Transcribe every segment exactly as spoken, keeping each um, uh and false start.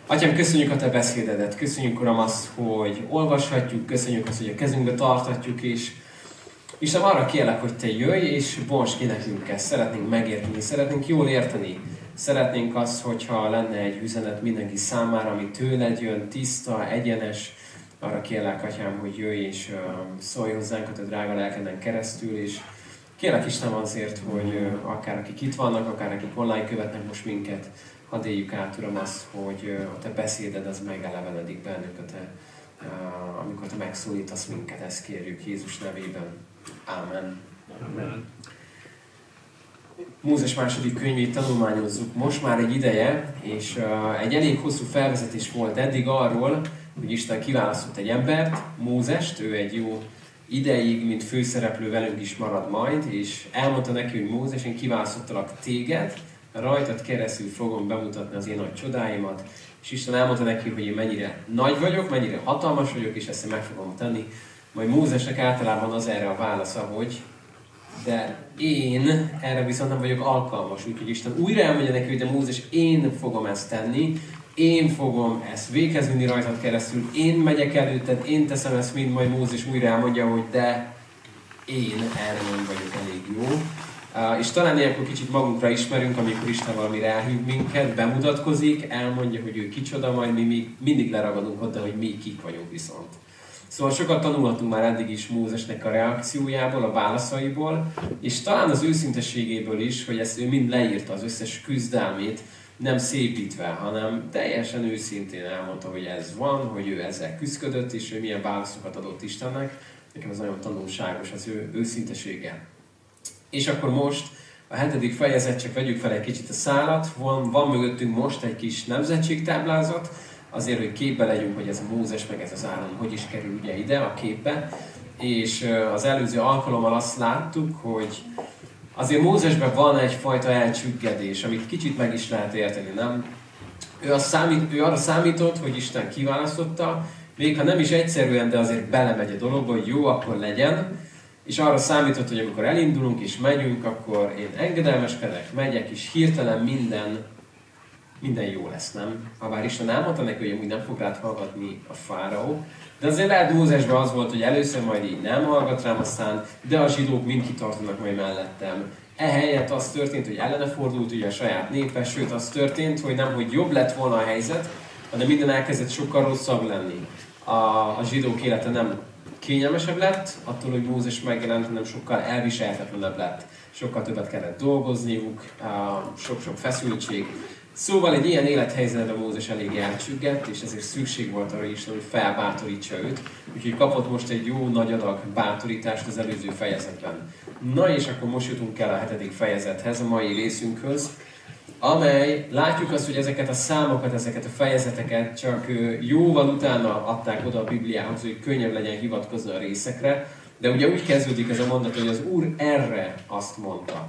Atyám, köszönjük a Te beszédedet, köszönjük, Uram, azt, hogy olvashatjuk, köszönjük azt, hogy a kezünkbe tarthatjuk, és Istenem, arra kérlek, hogy Te jöjj, és bonts ki nekünk ezt. Szeretnénk megérteni, szeretnénk jól érteni. Szeretnénk azt, hogyha lenne egy üzenet mindenki számára, ami tőled jön, tiszta, egyenes. Arra kérlek, Atyám, hogy jöjj, és uh, szólj hozzánk a Te drága lelkeden keresztül, és kérlek Istenem azért, hogy uh, akár akik itt vannak, akár akik online követnek most minket, hadd éljük át, Uram, azt, hogy a Te beszéded az megelevenedik bennünk, a te, amikor Te megszólítasz minket, ezt kérjük Jézus nevében. Ámen. Amen. Mózes második könyvét tanulmányozzuk most már egy ideje, és egy elég hosszú felvezetés volt eddig arról, hogy Isten kiválasztott egy embert, Mózest, ő egy jó ideig, mint főszereplő velünk is marad majd, és elmondta neki, hogy Mózes, én kiválasztottalak téged, rajtad keresztül fogom bemutatni az én nagy csodáimat, és Isten elmondta neki, hogy én mennyire nagy vagyok, mennyire hatalmas vagyok, és ezt én meg fogom tenni. Majd Mózesnek általában az erre a válasza, hogy de én erre viszont nem vagyok alkalmas, úgyhogy Isten újra elmondja neki, hogy de Mózes, én fogom ezt tenni, én fogom ezt véghez vinni rajtad keresztül, én megyek előtted, én teszem ezt mind, majd Mózes újra elmondja, hogy de én erre nem vagyok elég jó. Uh, és talán ilyenkor kicsit magunkra ismerünk, amikor Isten valamire elhív minket, bemutatkozik, elmondja, hogy ő kicsoda, majd mi még mindig leragadunk oda, hogy mi kik vagyunk viszont. Szóval sokat tanulhatunk már eddig is Mózesnek a reakciójából, a válaszaiból, és talán az őszintességéből is, hogy ezt ő mind leírta, az összes küzdelmét, nem szépítve, hanem teljesen őszintén elmondta, hogy ez van, hogy ő ezzel küzdködött, és hogy milyen válaszokat adott Istennek. Nekem ez nagyon tanulságos, az ő őszintesége. És akkor most a hetedik fejezet, csak vegyük fel egy kicsit a szálat, van, van mögöttünk most egy kis nemzetségtáblázat, azért, hogy képbe legyünk, hogy ez a Mózes meg ez az állam hogy is kerül ugye ide a képbe. És az előző alkalommal azt láttuk, hogy azért Mózesben van egyfajta elcsüggedés, amit kicsit meg is lehet érteni, nem? Ő, azt számít, ő arra számított, hogy Isten kiválasztotta, még ha nem is egyszerűen, de azért belemegy a dologba, hogy jó, akkor legyen. És arra számított, hogy amikor elindulunk és megyünk, akkor én engedelmeskedek, megyek, és hirtelen minden, minden jó lesz, nem? Habár Isten elmondta neki, hogy amúgy nem fog rád hallgatni a fáraó, de azért lehet Mózesben az volt, hogy először majd így nem hallgat rám, aztán de a zsidók mind kitartanak majd mellettem. Ehelyett az történt, hogy ellene fordult ugye a saját népe, sőt az történt, hogy nem, hogy jobb lett volna a helyzet, hanem minden elkezdett sokkal rosszabb lenni. A, a zsidók élete nem kényelmesebb lett, attól, hogy Mózes megjelent, hanem sokkal elviselhetetlenebb lett. Sokkal többet kellett dolgozniuk, sok-sok feszültség. Szóval egy ilyen élethelyzetben Mózes elég elcsüggett, és ezért szükség volt arra is, hogy felbátorítsa őt. Úgyhogy kapott most egy jó nagy adag bátorítást az előző fejezetben. Na és akkor most jutunk el a hetedik fejezethez, a mai részünkhöz, amely, látjuk azt, hogy ezeket a számokat, ezeket a fejezeteket csak jóval utána adták oda a Bibliához, hogy könnyebb legyen hivatkozni a részekre, de ugye úgy kezdődik ez a mondat, hogy az Úr erre azt mondta.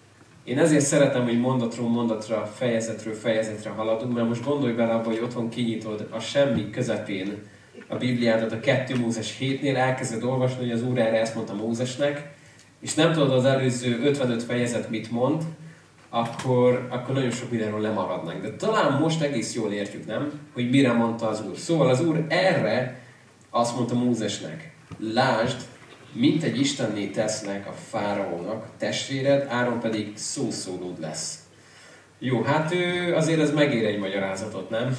Én ezért szeretem, hogy mondatról mondatra, fejezetről fejezetre haladunk, mert most gondolj bele abba, hogy otthon kinyitod a semmi közepén a Bibliádat, a kettő Mózes hétnél, elkezded olvasni, hogy az Úr erre ezt mondta Mózesnek, és nem tudod az előző ötvenöt fejezet mit mond, Akkor, akkor nagyon sok mindenről lemaradnánk. De talán most egész jól értjük, nem? Hogy mire mondta az Úr. Szóval az Úr erre azt mondta Mózesnek: lásd, mint egy istenné tesznek a fáraónak, testvéred, Áron pedig szószólód lesz. Jó, hát ő azért ez megér egy magyarázatot, nem?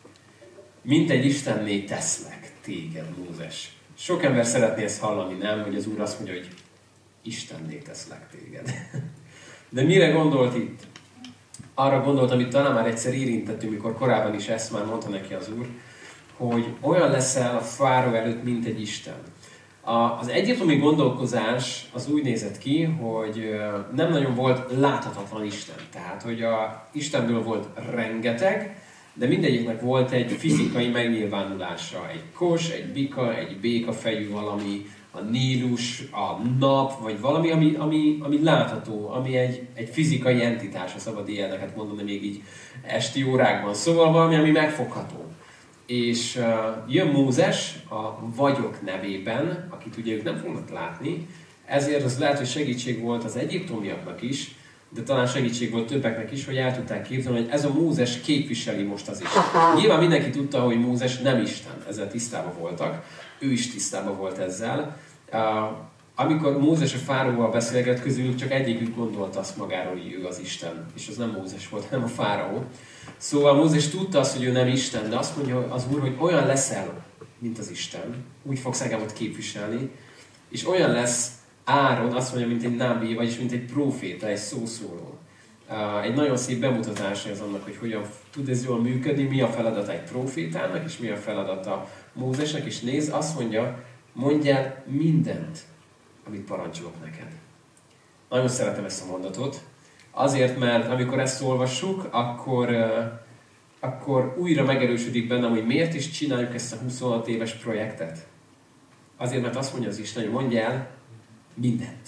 Mint egy istenné teszlek téged, Mózes. Sok ember szeretné ezt hallani, nem? Hogy az Úr azt mondja, hogy istenné teszlek téged. De mire gondolt itt? Arra gondolt, amit talán már egyszer érintettünk, mikor korábban is ezt már mondta neki az Úr, hogy olyan leszel a fáraó előtt, mint egy Isten. Az egyiptomi gondolkozás az úgy nézett ki, hogy nem nagyon volt láthatatlan Isten. Tehát, hogy a Istenből volt rengeteg, de mindegyiknek volt egy fizikai megnyilvánulása. Egy kos, egy bika, egy békafejű valami, a Nílus, a nap, vagy valami, ami, ami, ami látható, ami egy, egy fizikai entitás, ha szabad ilyeneket mondani még így esti órákban. Szóval valami, ami megfogható. És uh, jön Mózes a vagyok nevében, akit ugye ők nem fognak látni, ezért az lehet, hogy segítség volt az egyiptomiaknak is, de talán segítség volt többeknek is, hogy el tudták képzelni, hogy ez a Mózes képviseli most az Isten. Nyilván mindenki tudta, hogy Mózes nem Isten, ezzel tisztában voltak, ő is tisztában volt ezzel. Amikor Mózes a fáraóval beszélget, közülük csak egyikük gondolta azt magáról, hogy ő az Isten, és az nem Mózes volt, hanem a fáraó. Szóval Mózes tudta azt, hogy ő nem Isten, de azt mondja az Úr, hogy olyan leszel, mint az Isten, úgy fogsz engem ott képviselni, és olyan lesz Áron, azt mondja, mint egy nábi, vagyis mint egy próféta, egy szószóló. Uh, egy nagyon szép bemutatás ez annak, hogy hogyan tud ez jól működni, mi a feladata egy prófétának, és mi a feladata Mózesnek, és nézd, azt mondja, mondj el mindent, amit parancsolok neked. Nagyon szeretem ezt a mondatot, azért, mert amikor ezt olvassuk, akkor, uh, akkor újra megerősödik bennem, hogy miért is csináljuk ezt a huszonhat éves projektet. Azért, mert azt mondja az Isten, hogy mondj el mindent.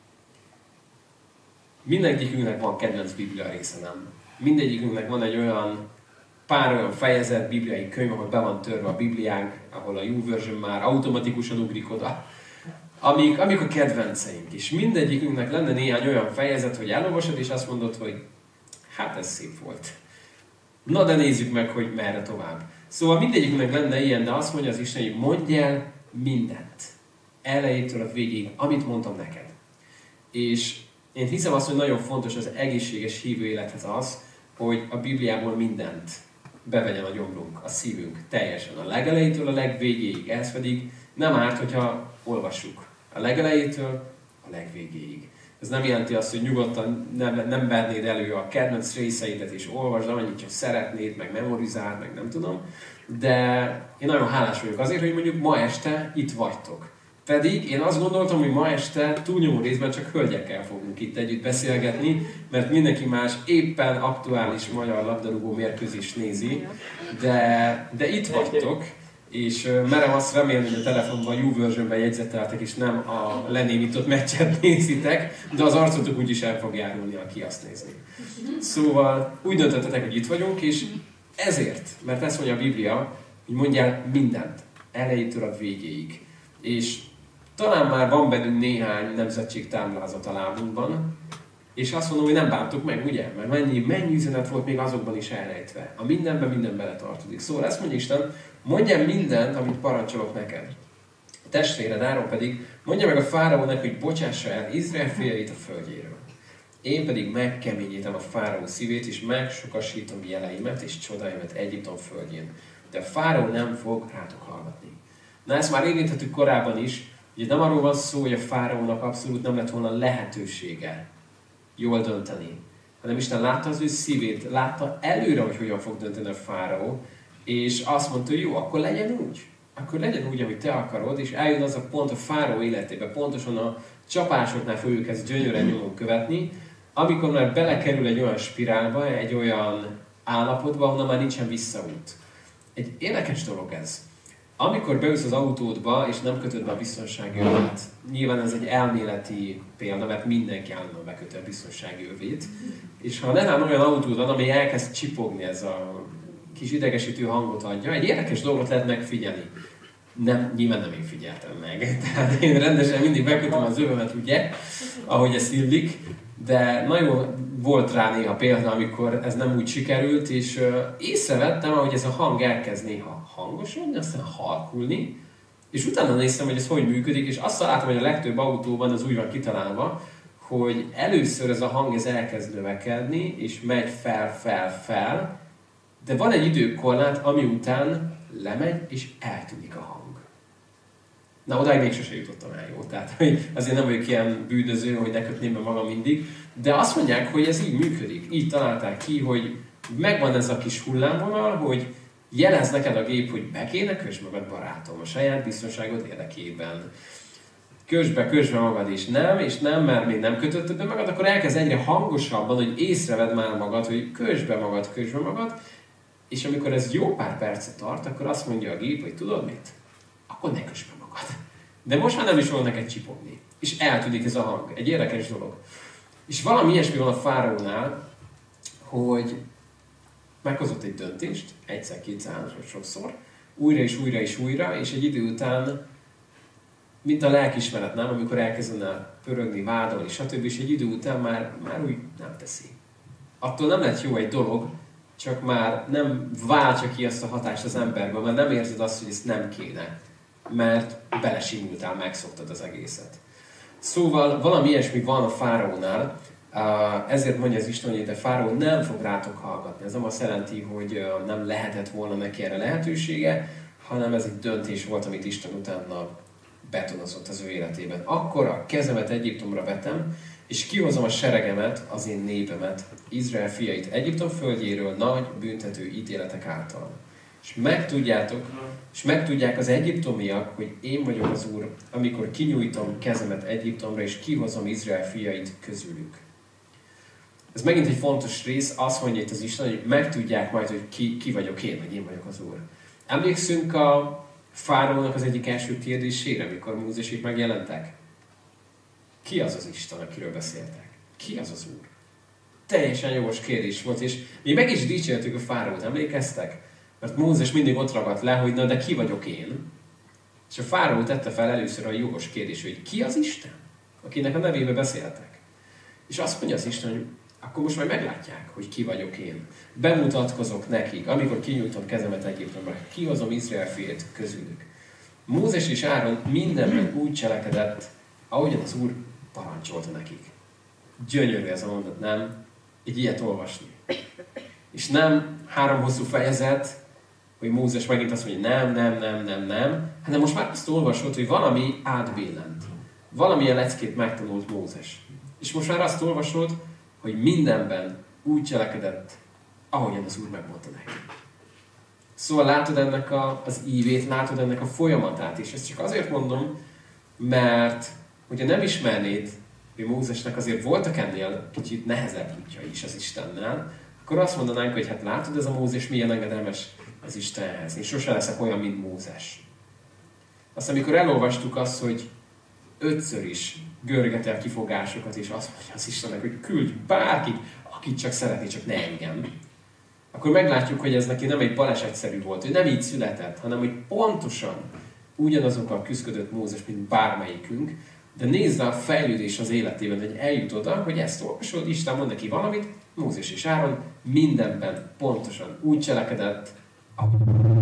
Mindegyikünknek van kedvenc biblia része, nem? Mindegyikünknek van egy olyan pár olyan fejezet, bibliai könyv, ahol be van törve a Bibliánk, ahol a YouVersion már automatikusan ugrik oda, amik, amik a kedvenceink is. Mindegyikünknek lenne néhány olyan fejezet, hogy elolvasod, és azt mondod, hogy hát ez szép volt. Na de nézzük meg, hogy merre tovább. Szóval mindegyikünknek lenne ilyen, de azt mondja az Isten, hogy mondj el mindent. Elejétől a végig, amit mondtam neked. És én hiszem azt, hogy nagyon fontos az egészséges hívő élethez az, hogy a Bibliából mindent bevegyen a gyomrunk, a szívünk teljesen, a legelejétől a legvégéig. Ez pedig nem árt, hogyha olvassuk a legelejétől a legvégéig. Ez nem jelenti azt, hogy nyugodtan nem, nem vennéd elő a kedvenc részeidet és olvasd, amennyit csak szeretnéd, meg memorizáld, meg nem tudom. De én nagyon hálás vagyok azért, hogy mondjuk ma este itt vagytok. Pedig én azt gondoltam, hogy ma este túlnyomó részben csak hölgyekkel fogunk itt együtt beszélgetni, mert mindenki más éppen aktuális magyar labdarúgó mérkőzést nézi, de, de itt vagytok, és merem azt remélni, hogy a telefonban, a YouVersionben jegyzeteltek, és nem a lenémított meccset nézitek, de az arcotok úgyis el fog járulni, aki azt nézni. Szóval úgy döntöttetek, hogy itt vagyunk, és ezért, mert ezt mondja a Biblia, hogy mondjál mindent, elejétől a végéig. És talán már van bennünk néhány nemzetségtáblázat a lábunkban, és azt mondom, hogy nem bántuk meg, ugye? Mert mennyi, mennyi üzenet volt még azokban is elrejtve. A mindenben minden beletartozik. Szóval ezt mondja Isten, mondjál mindent, amit parancsolok neked. A testvéred Áron pedig mondja meg a fáraónak, hogy bocsássa el Izrael fiait a földjéről. Én pedig megkeményítem a fáraó szívét, és megsokasítom jeleimet és csodáimat Egyiptom földjén. De a fáraó nem fog rátok hallgatni. Na ezt már érintettük korábban is, ugye nem arról van szó, hogy a fáraónak abszolút nem lett volna lehetősége jól dönteni, hanem Isten látta az ő szívét, látta előre, hogy hogyan fog dönteni a fáraó, és azt mondta, hogy jó, akkor legyen úgy. Akkor legyen úgy, ahogy te akarod, és eljön az a pont a fáraó életében, pontosan a csapásoknál fogjuk ezt gyönyörűen nyomon követni, amikor már belekerül egy olyan spirálba, egy olyan állapotba, ahonnan már nincsen visszaút. Egy érdekes dolog ez. Amikor beülsz az autódba, és nem kötöd be a biztonsági övet, nyilván ez egy elméleti példa, mert mindenki állandóan beköti a biztonsági övét, és ha netán olyan autód van, ami elkezd csipogni, ez a kis idegesítő hangot adja, egy érdekes dolgot lehet megfigyelni. Nem, nyilván nem én figyeltem meg. Tehát én rendesen mindig bekötöm az övemet, ugye, ahogy ez illik, de nagyon volt rá néha példa, amikor ez nem úgy sikerült, és uh, észrevettem, ahogy ez a hang elkezd néha hangosodni, aztán halkulni, és utána néztem, hogy ez hogy működik, és azt találtam, hogy a legtöbb autóban az úgy van kitalálva, hogy először ez a hang ez elkezd növekedni, és megy fel, fel, fel, de van egy időkorlát, ami után lemegy, és eltűnik a hang. Na, odáig még sose jutottam el, jó? Tehát hogy azért nem vagyok ilyen bűnöző, hogy ne kötném be magam mindig, de azt mondják, hogy ez így működik. Így találták ki, hogy megvan ez a kis hullámvonal, hogy jelez neked a gép, hogy be kéne, kösd magad, barátom, a saját biztonságod érdekében. Kösd be, kösd be magad, és nem, és nem, mert még nem kötötted be magad, akkor elkezd egyre hangosabban, hogy észrevedd már magad, hogy kösd be magad, kösd be magad, és amikor ez jó pár percet tart, akkor azt mondja a gép, hogy tudod mit? Akkor ne kösd be magad. De most már nem is fog neked csipogni. És eltűnik ez a hang. Egy érdekes dolog. És valami ilyesmi van a fáraónál, hogy meghozott egy döntést, egyszer, kétszer, háromszor, sokszor, újra és újra és újra, és egy idő után mint a lelkiismeret, nem? Amikor elkezdene pörögni, vádolni, stb. És egy idő után már, már úgy nem teszi. Attól nem lett jó egy dolog, csak már nem váltja ki azt a hatást az emberből, mert nem érzed azt, hogy ezt nem kéne. Mert belesimultál, megszoktad az egészet. Szóval valami ilyesmi van a fáraónál, ezért mondja az Isten, hogy a fáraó nem fog rátok hallgatni. Ez nem azt jelenti, hogy nem lehetett volna neki erre lehetősége, hanem ez egy döntés volt, amit Isten utána betonozott az ő életében. Akkor a kezemet Egyiptomra vetem, és kihozom a seregemet, az én népemet, Izrael fiait Egyiptom földjéről nagy büntető ítéletek által. És megtudjátok, és megtudják az egyiptomiak, hogy én vagyok az Úr, amikor kinyújtom kezemet Egyiptomra, és kihozom Izrael fiait közülük. Ez megint egy fontos rész, azt mondja itt az Isten, hogy megtudják majd, hogy ki, ki vagyok én, vagy én vagyok az Úr. Emlékszünk a fáraónak az egyik első kérdésére, amikor Mózesik megjelentek? Ki az az Isten, akiről beszéltek? Ki az az Úr? Teljesen jogos kérdés volt, és mi meg is dicsértük a fáraót, emlékeztek? Mert Mózes mindig ott ragadt le, hogy na de ki vagyok én? És a fáraó tette fel először a jogos kérdés, hogy ki az Isten, akinek a nevébe beszéltek? És azt mondja az Isten, hogy akkor most majd meglátják, hogy ki vagyok én. Bemutatkozok nekik, amikor kinyújtom kezemet Egyiptomra, kihozom Izrael fiait közülük. Mózes és Áron mindenben úgy cselekedett, ahogyan az Úr parancsolta nekik. Gyönyörű ez a mondat, nem? Egy ilyet olvasni. És nem három hosszú fejezet, hogy Mózes megint azt mondja, nem, nem, nem, nem, nem, hanem most már azt olvasod, hogy valami átbillent. Valamilyen leckét megtanult Mózes. És most már azt olvasod, hogy mindenben úgy cselekedett, ahogyan az Úr megmondta neki. Szóval látod ennek a, az ívét, látod ennek a folyamatát, és ezt csak azért mondom, mert hogyha nem ismernéd, hogy Mózesnek azért voltak ennél kicsit nehezebb útja is az Istennel, akkor azt mondanánk, hogy hát látod, ez a Mózes milyen engedelmes az Istenhez. Én sose leszek olyan, mint Mózes. Aztán amikor elolvastuk azt, hogy ötször is görget el kifogásokat, és azt mondja az Istennek, hogy küldj bárkit, akit csak szeretné, csak ne engem. Akkor meglátjuk, hogy ez neki nem egy balesetszerű volt, hogy nem így született, hanem hogy pontosan ugyanazokkal küzdött Mózes, mint bármelyikünk, de nézd a fejlődés az életében, hogy eljut oda, hogy ezt olvasod, Isten mond neki valamit, Mózes és Áron mindenben pontosan úgy cselekedett, ahogy...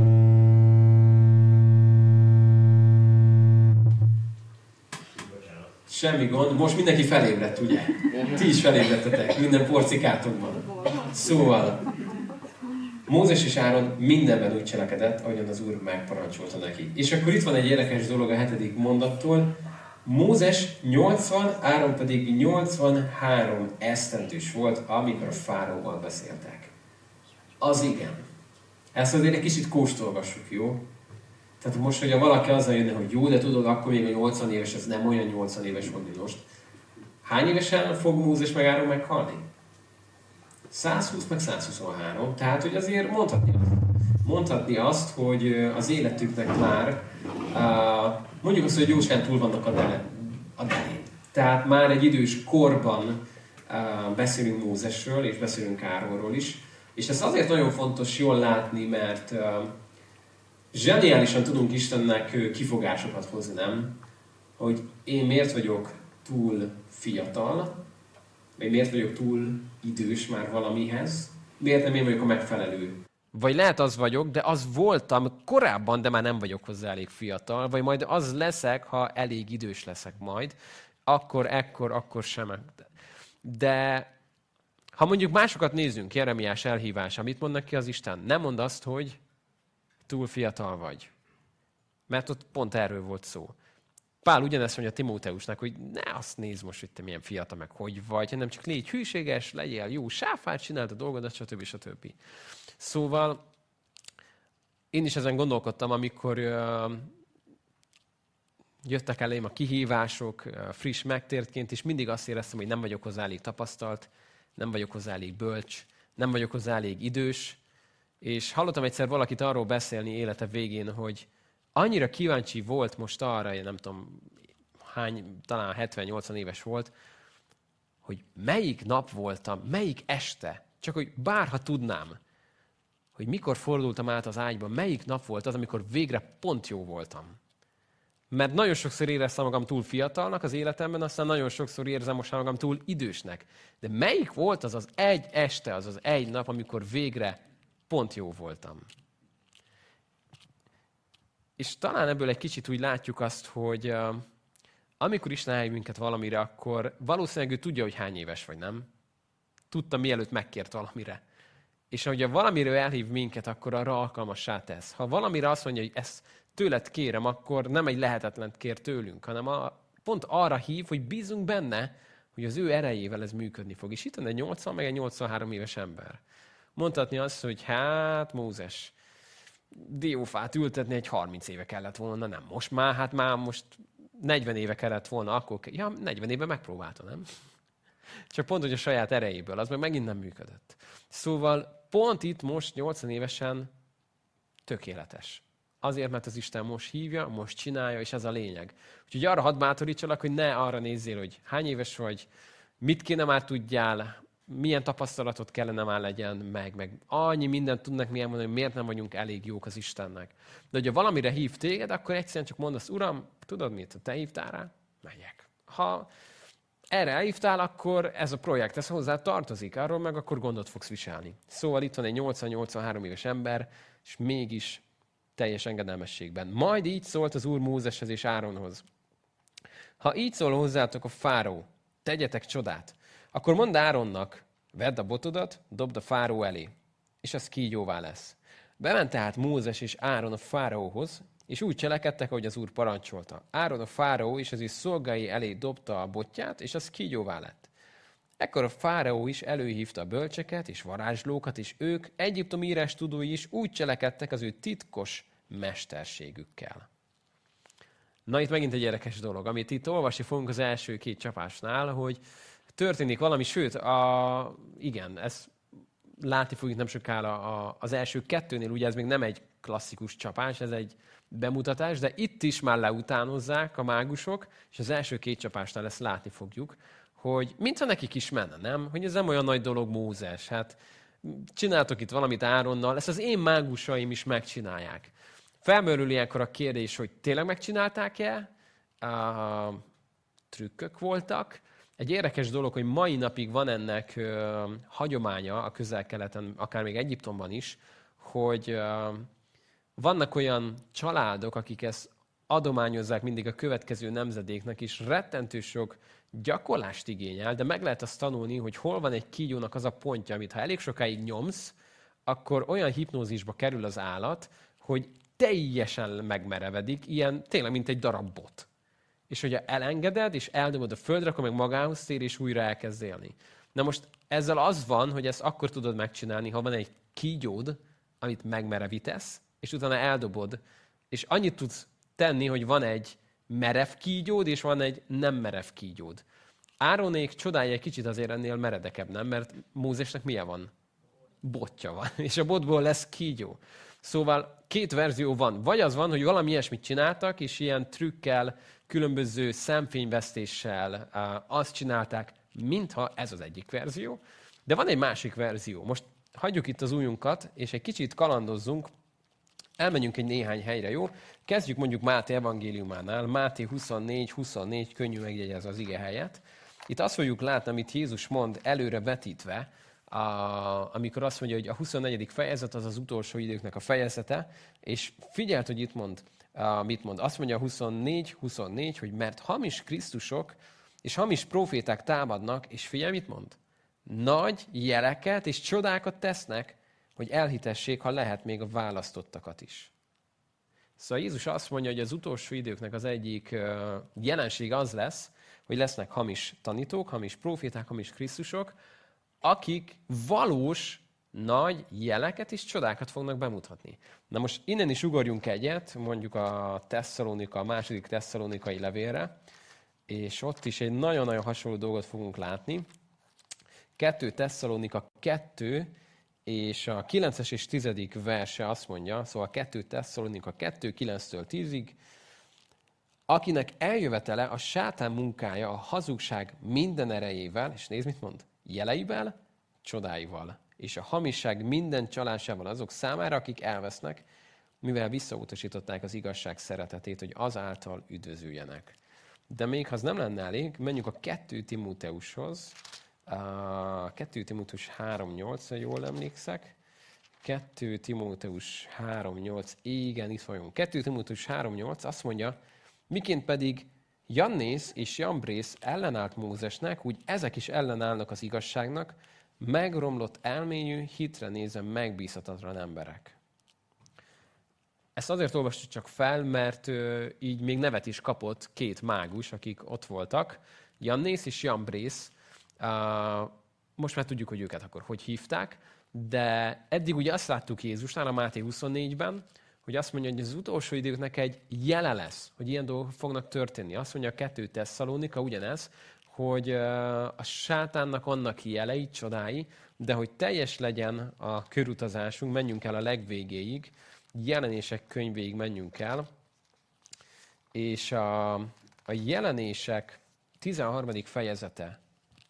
Semmi gond, most mindenki felébredt, ugye? Ti is felébredtetek, minden porcikátokban. Szóval, Mózes és Áron mindenben úgy cselekedett, ahogyan az Úr megparancsolta neki. És akkor itt van egy érdekes dolog a hetedik mondattól. Mózes nyolcvan, Áron pedig nyolcvanhárom esztendős volt, amikor a fáraóval beszéltek. Az igen. Ezt azért egy kicsit kóstolgassuk, jó? Tehát most, hogyha valaki azzal jönne, hogy jó, de tudod, akkor még a nyolcvan éves, ez nem olyan nyolcvan éves volt, mint most. Hány évesen fog Mózes meg Áron meghalni? százhúsz meg százhuszonhárom. Tehát, hogy azért mondhatni azt, mondhatni azt hogy az életüknek már, mondjuk azt, hogy jóskán túl vannak a delén. Tehát már egy idős korban beszélünk Mózesről, és beszélünk Áronról is. És ez azért nagyon fontos jól látni, mert zseniálisan tudunk Istennek kifogásokat hozni, nem? Hogy én miért vagyok túl fiatal, vagy miért vagyok túl idős már valamihez, miért nem én vagyok a megfelelő. Vagy lehet az vagyok, de az voltam korábban, de már nem vagyok hozzá elég fiatal, vagy majd az leszek, ha elég idős leszek majd, akkor, ekkor, akkor sem. De ha mondjuk másokat nézzünk, Jeremiás elhívása, mit mond neki az Isten? Nem mond azt, hogy túl fiatal vagy. Mert ott pont erről volt szó. Pál ugyanezt mondja Timóteusnak, hogy ne azt nézd most, hogy te milyen fiatal, meg hogy vagy, hanem csak légy hűséges, legyél jó sáfát, csináld a dolgodat, stb. stb. Szóval én is ezen gondolkodtam, amikor uh, jöttek elém a kihívások, uh, friss megtértként, és mindig azt éreztem, hogy nem vagyok hozzá elég tapasztalt, nem vagyok hozzá elég bölcs, nem vagyok hozzá elég idős, és hallottam egyszer valakit arról beszélni élete végén, hogy annyira kíváncsi volt most arra, én nem tudom hány, talán hetven-nyolcvan éves volt, hogy melyik nap voltam, melyik este, csak hogy bárha tudnám, hogy mikor fordultam át az ágyban, melyik nap volt az, amikor végre pont jó voltam. Mert nagyon sokszor éreztem magam túl fiatalnak az életemben, aztán nagyon sokszor érzem most magam túl idősnek. De melyik volt az az egy este, az az egy nap, amikor végre pont jó voltam? És talán ebből egy kicsit úgy látjuk azt, hogy uh, amikor Isten elhív minket valamire, akkor valószínűleg ő tudja, hogy hány éves vagy, nem? Tudta, mielőtt megkért valamire. És ha valamire elhív minket, akkor arra alkalmassá tesz. Ha valamire azt mondja, hogy ezt tőled kérem, akkor nem egy lehetetlent kér tőlünk, hanem a, pont arra hív, hogy bízunk benne, hogy az ő erejével ez működni fog. És itt van egy nyolcvan, meg egy nyolcvanhárom éves ember. Mondhatni azt, hogy hát Mózes, diófát ültetni egy harminc éve kellett volna, nem most már, hát már most negyven éve kellett volna, akkor, ja, negyven éve megpróbálta, nem? Csak pont, hogy a saját erejéből, az meg megint nem működött. Szóval pont itt most nyolcvan évesen tökéletes. Azért, mert az Isten most hívja, most csinálja, és ez a lényeg. Úgyhogy arra hadd bátorítsalak, hogy ne arra nézzél, hogy hány éves vagy, mit kéne már tudjál, milyen tapasztalatot kellene már legyen, meg, meg annyi mindent tudnak milyen mondani, hogy miért nem vagyunk elég jók az Istennek. De hogyha valamire hív téged, akkor egyszerűen csak mondasz, Uram, tudod mit, ha te hívtál rá? Megyek. Ha erre elhívtál, akkor ez a projekt, ez hozzá tartozik, arról meg akkor gondot fogsz viselni. Szóval itt van egy nyolcvan-nyolcvanhárom éves ember, és mégis teljes engedelmességben. Majd így szólt az Úr Mózeshez és Áronhoz. Ha így szól hozzátok a fáró, tegyetek csodát, akkor mondd Áronnak, vedd a botodat, dobd a fáró elé, és az kígyóvá lesz. Bement tehát Mózes és Áron a fáraóhoz, és úgy cselekedtek, ahogy az Úr parancsolta. Áron a fáraó és az ő szolgái elé dobta a botját, és az kígyóvá lett. Ekkor a fáraó is előhívta a bölcseket és varázslókat, és ők, Egyiptom írás tudói is úgy cselekedtek az ő titkos mesterségükkel. Na itt megint egy érdekes dolog, amit itt olvasni fogunk az első két csapásnál, hogy történik valami, sőt, a, igen, ezt látni fogjuk nem sokára a, az első kettőnél, ugye ez még nem egy klasszikus csapás, ez egy bemutatás, de itt is már leutánozzák a mágusok, és az első két csapásnál ezt látni fogjuk, hogy mintha nekik is menne, nem? Hogy ez nem olyan nagy dolog, Mózes, hát csináltok itt valamit Áronnal, ezt az én mágusaim is megcsinálják. Felmerül ilyenkor a kérdés, hogy tényleg megcsinálták-e? Uh, trükkök voltak. Egy érdekes dolog, hogy mai napig van ennek uh, hagyománya a Közel-Keleten, akár még Egyiptomban is, hogy uh, vannak olyan családok, akik ezt adományozzák mindig a következő nemzedéknek, és rettentő sok gyakorlást igényel, de meg lehet azt tanulni, hogy hol van egy kígyónak az a pontja, amit ha elég sokáig nyomsz, akkor olyan hipnózisba kerül az állat, hogy teljesen megmerevedik, ilyen tényleg, mint egy darab bot. És hogyha elengeded, és eldobod a földre, akkor meg magához tér, és újra elkezd élni. Na most ezzel az van, hogy ezt akkor tudod megcsinálni, ha van egy kígyód, amit megmerevítesz, és utána eldobod, és annyit tudsz tenni, hogy van egy merev kígyód, és van egy nem merev kígyód. Áronék csodája egy kicsit azért ennél meredekebb, nem? Mert Mózesnek milyen van? Botja van, és a botból lesz kígyó. Szóval két verzió van. Vagy az van, hogy valami ilyesmit csináltak, és ilyen trükkel, különböző szemfényvesztéssel azt csinálták, mintha ez az egyik verzió. De van egy másik verzió. Most hagyjuk itt az ujjunkat, és egy kicsit kalandozzunk, elmenjünk egy néhány helyre, jó? Kezdjük mondjuk Máté evangéliumánál, Máté huszonnégy huszonnégy, könnyű megjegyez az ige helyet. Itt azt fogjuk látni, amit Jézus mond előre vetítve, a, amikor azt mondja, hogy a huszonnegyedik fejezet az az utolsó időknek a fejezete, és figyeld, hogy itt mond, a, mit mond. Azt mondja a huszonnégy huszonnégy, hogy mert hamis Krisztusok és hamis proféták támadnak, és figyelj, mit mond? Nagy jeleket és csodákat tesznek, hogy elhitessék, ha lehet, még a választottakat is. Szóval Jézus azt mondja, hogy az utolsó időknek az egyik jelenség az lesz, hogy lesznek hamis tanítók, hamis proféták, hamis Krisztusok, akik valós nagy jeleket és csodákat fognak bemutatni. Na most innen is ugorjunk egyet, mondjuk a Tesszalonika, a második tesszalonikai levélre, és ott is egy nagyon-nagyon hasonló dolgot fogunk látni. kettő Tesszalonika kettő, és a kilences és tizedik verse azt mondja, szóval kettő Tesszalonika kettő, kilenctől tízig, akinek eljövetele a sátán munkája, a hazugság minden erejével, és nézd, mit mond, jeleivel, csodáival, és a hamisság minden csalásával azok számára, akik elvesznek, mivel visszautasították az igazság szeretetét, hogy azáltal üdvözüljenek. De még ha az nem lenne elég, menjünk a kettő Timóteushoz. A kettő Timóteus három nyolc, ha jól emlékszek. kettő Timóteus három nyolc, igen, itt vagyunk. kettő Timóteus három nyolc azt mondja, miként pedig Jannész és Jambrész ellenállt Mózesnek, úgy ezek is ellenállnak az igazságnak, megromlott elmélyű, hitre nézve megbízhatatlan emberek. Ezt azért olvastuk csak fel, mert ö, így még nevet is kapott két mágus, akik ott voltak, Jannész és Jambrész. Uh, most már tudjuk, hogy őket akkor hogy hívták, de eddig ugye azt láttuk Jézusnál a Máté huszonnégyben, hogy azt mondja, hogy az utolsó időknek egy jele lesz, hogy ilyen dolgok fognak történni. Azt mondja a kettő Tesszalonika ugyanez, hogy a sátánnak vannak jelei, csodái, de hogy teljes legyen a körutazásunk, menjünk el a legvégéig, jelenések könyvéig menjünk el, és a, a jelenések tizenharmadik fejezete,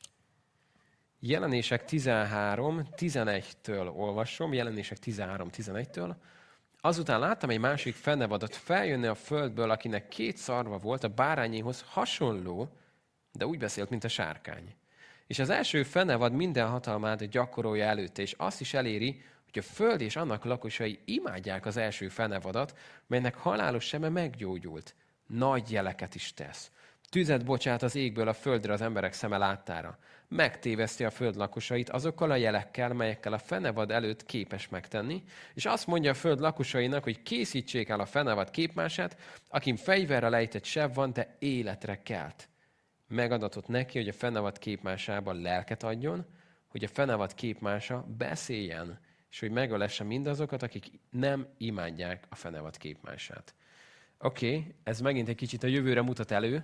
jelenések tizenhárom tizenegytől olvasom, jelenések tizenhárom tizenegytől, azután láttam egy másik fennevadat feljönni a földből, akinek két szarva volt, a bárányéhoz hasonló, de úgy beszélt, mint a sárkány. És az első fennevad minden hatalmát gyakorolja előtte, és azt is eléri, hogy a föld és annak lakosai imádják az első fennevadat, melynek halálos seme meggyógyult. Nagy jeleket is tesz. Tüzet bocsát az égből a földre az emberek szeme láttára. Megtéveszti a föld lakosait azokkal a jelekkel, melyekkel a fenevad előtt képes megtenni, és azt mondja a föld lakosainak, hogy készítsék el a fenevad képmását, akin fegyverrel ejtett seb van, de életre kelt. Megadatott neki, hogy a fenevad képmásában lelket adjon, hogy a fenevad képmása beszéljen, és hogy megölesse mindazokat, akik nem imádják a fenevad képmását. Oké, okay, ez megint egy kicsit a jövőre mutat elő,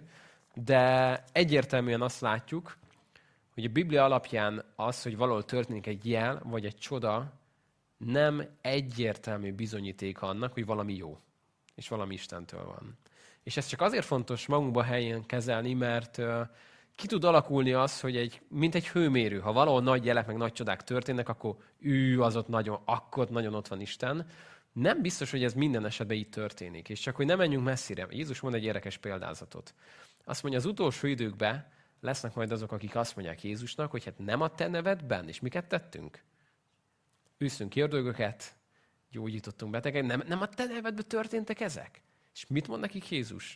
de egyértelműen azt látjuk, hogy a Biblia alapján az, hogy valahol történik egy jel, vagy egy csoda, nem egyértelmű bizonyíték annak, hogy valami jó, és valami Istentől van. És ez csak azért fontos magunkba helyen kezelni, mert uh, ki tud alakulni az, hogy egy, mint egy hőmérő, ha valahol nagy jelek, meg nagy csodák történnek, akkor ő, az ott nagyon, akkor nagyon ott van Isten. Nem biztos, hogy ez minden esetben így történik. És csak, hogy nem menjünk messzire. Jézus mond egy érdekes példázatot. Azt mondja, az utolsó időkben lesznek majd azok, akik azt mondják Jézusnak, hogy hát nem a te nevedben, és miket tettünk? Üsztünk ki ördögöket, gyógyítottunk betegeket, nem, nem a te nevedben történtek ezek? És mit mond nekik Jézus?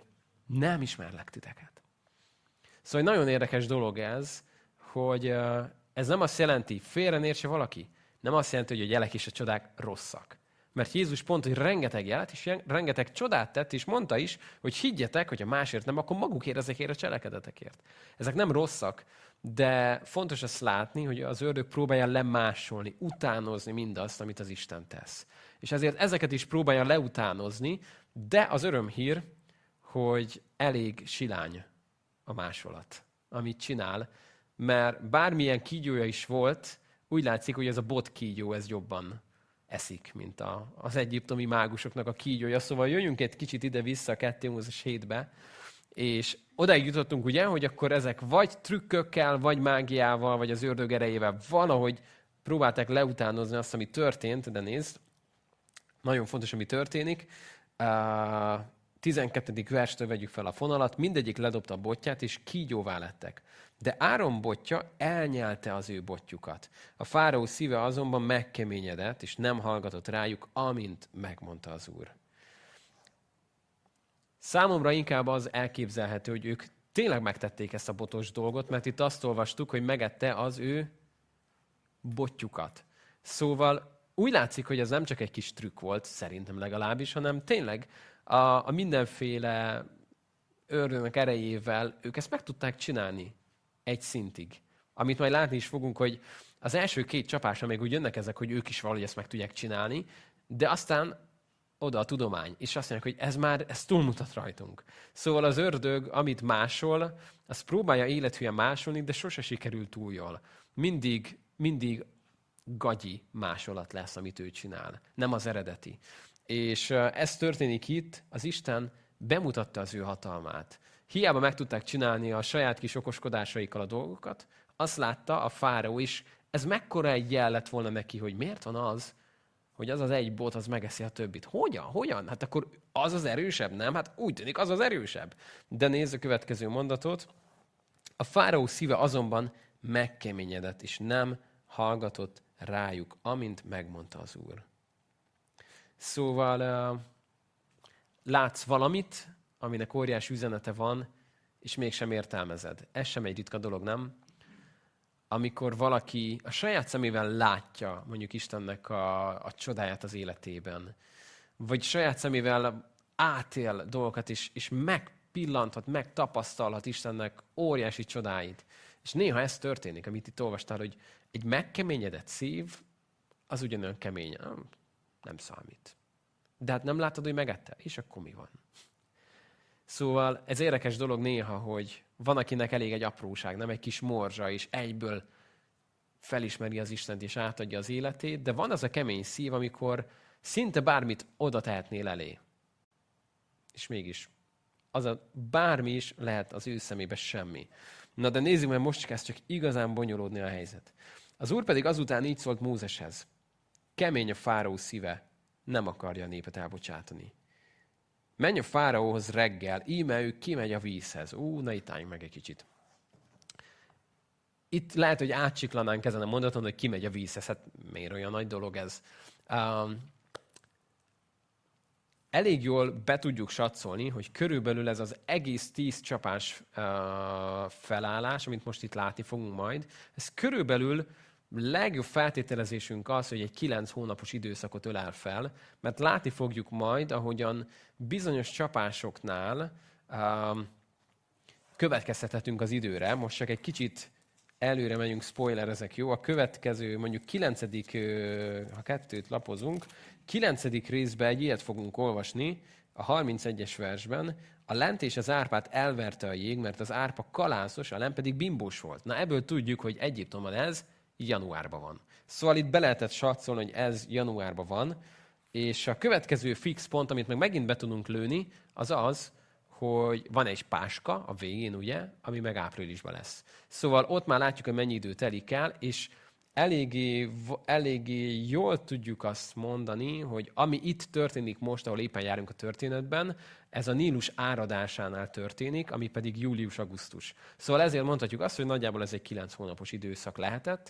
Nem ismerlek titeket. Szóval nagyon érdekes dolog ez, hogy ez nem azt jelenti, félre ne értse valaki, nem azt jelenti, hogy a jelek és a csodák rosszak. Mert Jézus pont, hogy rengeteg jelet és rengeteg csodát tett, és mondta is, hogy higgyetek, hogy a másért nem, akkor magukért ezekért a cselekedetekért. Ezek nem rosszak, de fontos azt látni, hogy az ördög próbálja lemásolni, utánozni mindazt, amit az Isten tesz. És ezért ezeket is próbálja leutánozni, de az örömhír, hogy elég silány a másolat, amit csinál, mert bármilyen kígyója is volt, úgy látszik, hogy ez a bot kígyó, ez jobban eszik, mint a, az egyiptomi mágusoknak a kígyója. Szóval jöjjünk egy kicsit ide-vissza a kettő Mózes hétbe, és odáig jutottunk ugye, hogy akkor ezek vagy trükkökkel, vagy mágiával, vagy az ördög erejével valahogy próbálták leutánozni azt, ami történt, de nézd, nagyon fontos, ami történik. A tizenkettedik verstől vegyük fel a fonalat, mindegyik ledobta a botját, és kígyóvá lettek. De Áron botja elnyelte az ő botjukat. A fáraó szíve azonban megkeményedett, és nem hallgatott rájuk, amint megmondta az Úr. Számomra inkább az elképzelhető, hogy ők tényleg megtették ezt a botos dolgot, mert itt azt olvastuk, hogy megette az ő botjukat. Szóval úgy látszik, hogy ez nem csak egy kis trükk volt, szerintem legalábbis, hanem tényleg a, a mindenféle ördögnek erejével ők ezt meg tudták csinálni egy szintig. Amit majd látni is fogunk, hogy az első két csapásra még úgy jönnek ezek, hogy ők is valahogy ezt meg tudják csinálni, de aztán oda a tudomány, és azt mondják, hogy ez már ez túlmutat rajtunk. Szóval az ördög, amit másol, azt próbálja élethűen másolni, de sose sikerül túl jól. Mindig, mindig gagyi másolat lesz, amit ő csinál. Nem az eredeti. És ez történik itt, az Isten bemutatta az ő hatalmát. Hiába meg tudták csinálni a saját kis okoskodásaikkal a dolgokat, azt látta a fáraó is, ez mekkora egy jel lett volna neki, hogy miért van az, hogy az az egy bot, az megeszi a többit. Hogyan? Hogyan? Hát akkor az az erősebb, nem? Hát úgy tűnik, az az erősebb. De nézd a következő mondatot. A fáraó szíve azonban megkeményedett, és nem hallgatott rájuk, amint megmondta az Úr. Szóval uh, látsz valamit, aminek óriási üzenete van, és mégsem értelmezed. Ez sem egy ritka dolog, nem? Amikor valaki a saját szemével látja mondjuk Istennek a, a csodáját az életében, vagy saját szemével átél dolgokat, és, és megpillanthat, megtapasztalhat Istennek óriási csodáit. És néha ez történik, amit itt olvastál, hogy egy megkeményedett szív, az ugyanolyan kemény. Nem, nem számít. De hát nem látod, hogy megette? És akkor mi van? Szóval ez érdekes dolog néha, hogy van, akinek elég egy apróság, nem egy kis morzsa, és egyből felismeri az Istent, és átadja az életét, de van az a kemény szív, amikor szinte bármit oda tehetnél elé. És mégis az a bármi is lehet az ő szemébe semmi. Na de nézzük, mert most kezd csak igazán bonyolódni a helyzet. Az Úr pedig azután így szólt Mózeshez. Kemény a fáraó szíve, nem akarja a népet elbocsátani. Menj a fáraóhoz reggel, íme ő kimegy a vízhez. Ú, na itt álljunk meg egy kicsit. Itt lehet, hogy átsiklanánk ezen a mondaton, hogy kimegy a vízhez. Hát miért olyan nagy dolog ez? Um, elég jól be tudjuk satszolni, hogy körülbelül ez az egész tíz csapás uh, felállás, amit most itt látni fogunk majd, ez körülbelül legjobb feltételezésünk az, hogy egy kilenc hónapos időszakot ölel fel, mert látni fogjuk majd, ahogyan bizonyos csapásoknál um, következtethetünk az időre. Most csak egy kicsit előre megyünk, spoiler, ezek jó. A következő, mondjuk kilencedik, ha kettőt lapozunk, kilencedik részben egy ilyet fogunk olvasni, a harmincegyes versben. A lent és az árpát elverte a jég, mert az árpa kalászos, a lent pedig bimbós volt. Na ebből tudjuk, hogy Egyiptomban ez januárban van. Szóval itt be lehetett satszolni, hogy ez januárban van, és a következő fix pont, amit meg megint be tudunk lőni, az az, hogy van egy páska a végén, ugye, ami meg áprilisban lesz. Szóval ott már látjuk, hogy mennyi idő telik el, és eléggé, eléggé jól tudjuk azt mondani, hogy ami itt történik most, ahol éppen járunk a történetben, ez a Nílus áradásánál történik, ami pedig július-augusztus. Szóval ezért mondhatjuk azt, hogy nagyjából ez egy kilenc hónapos időszak lehetett,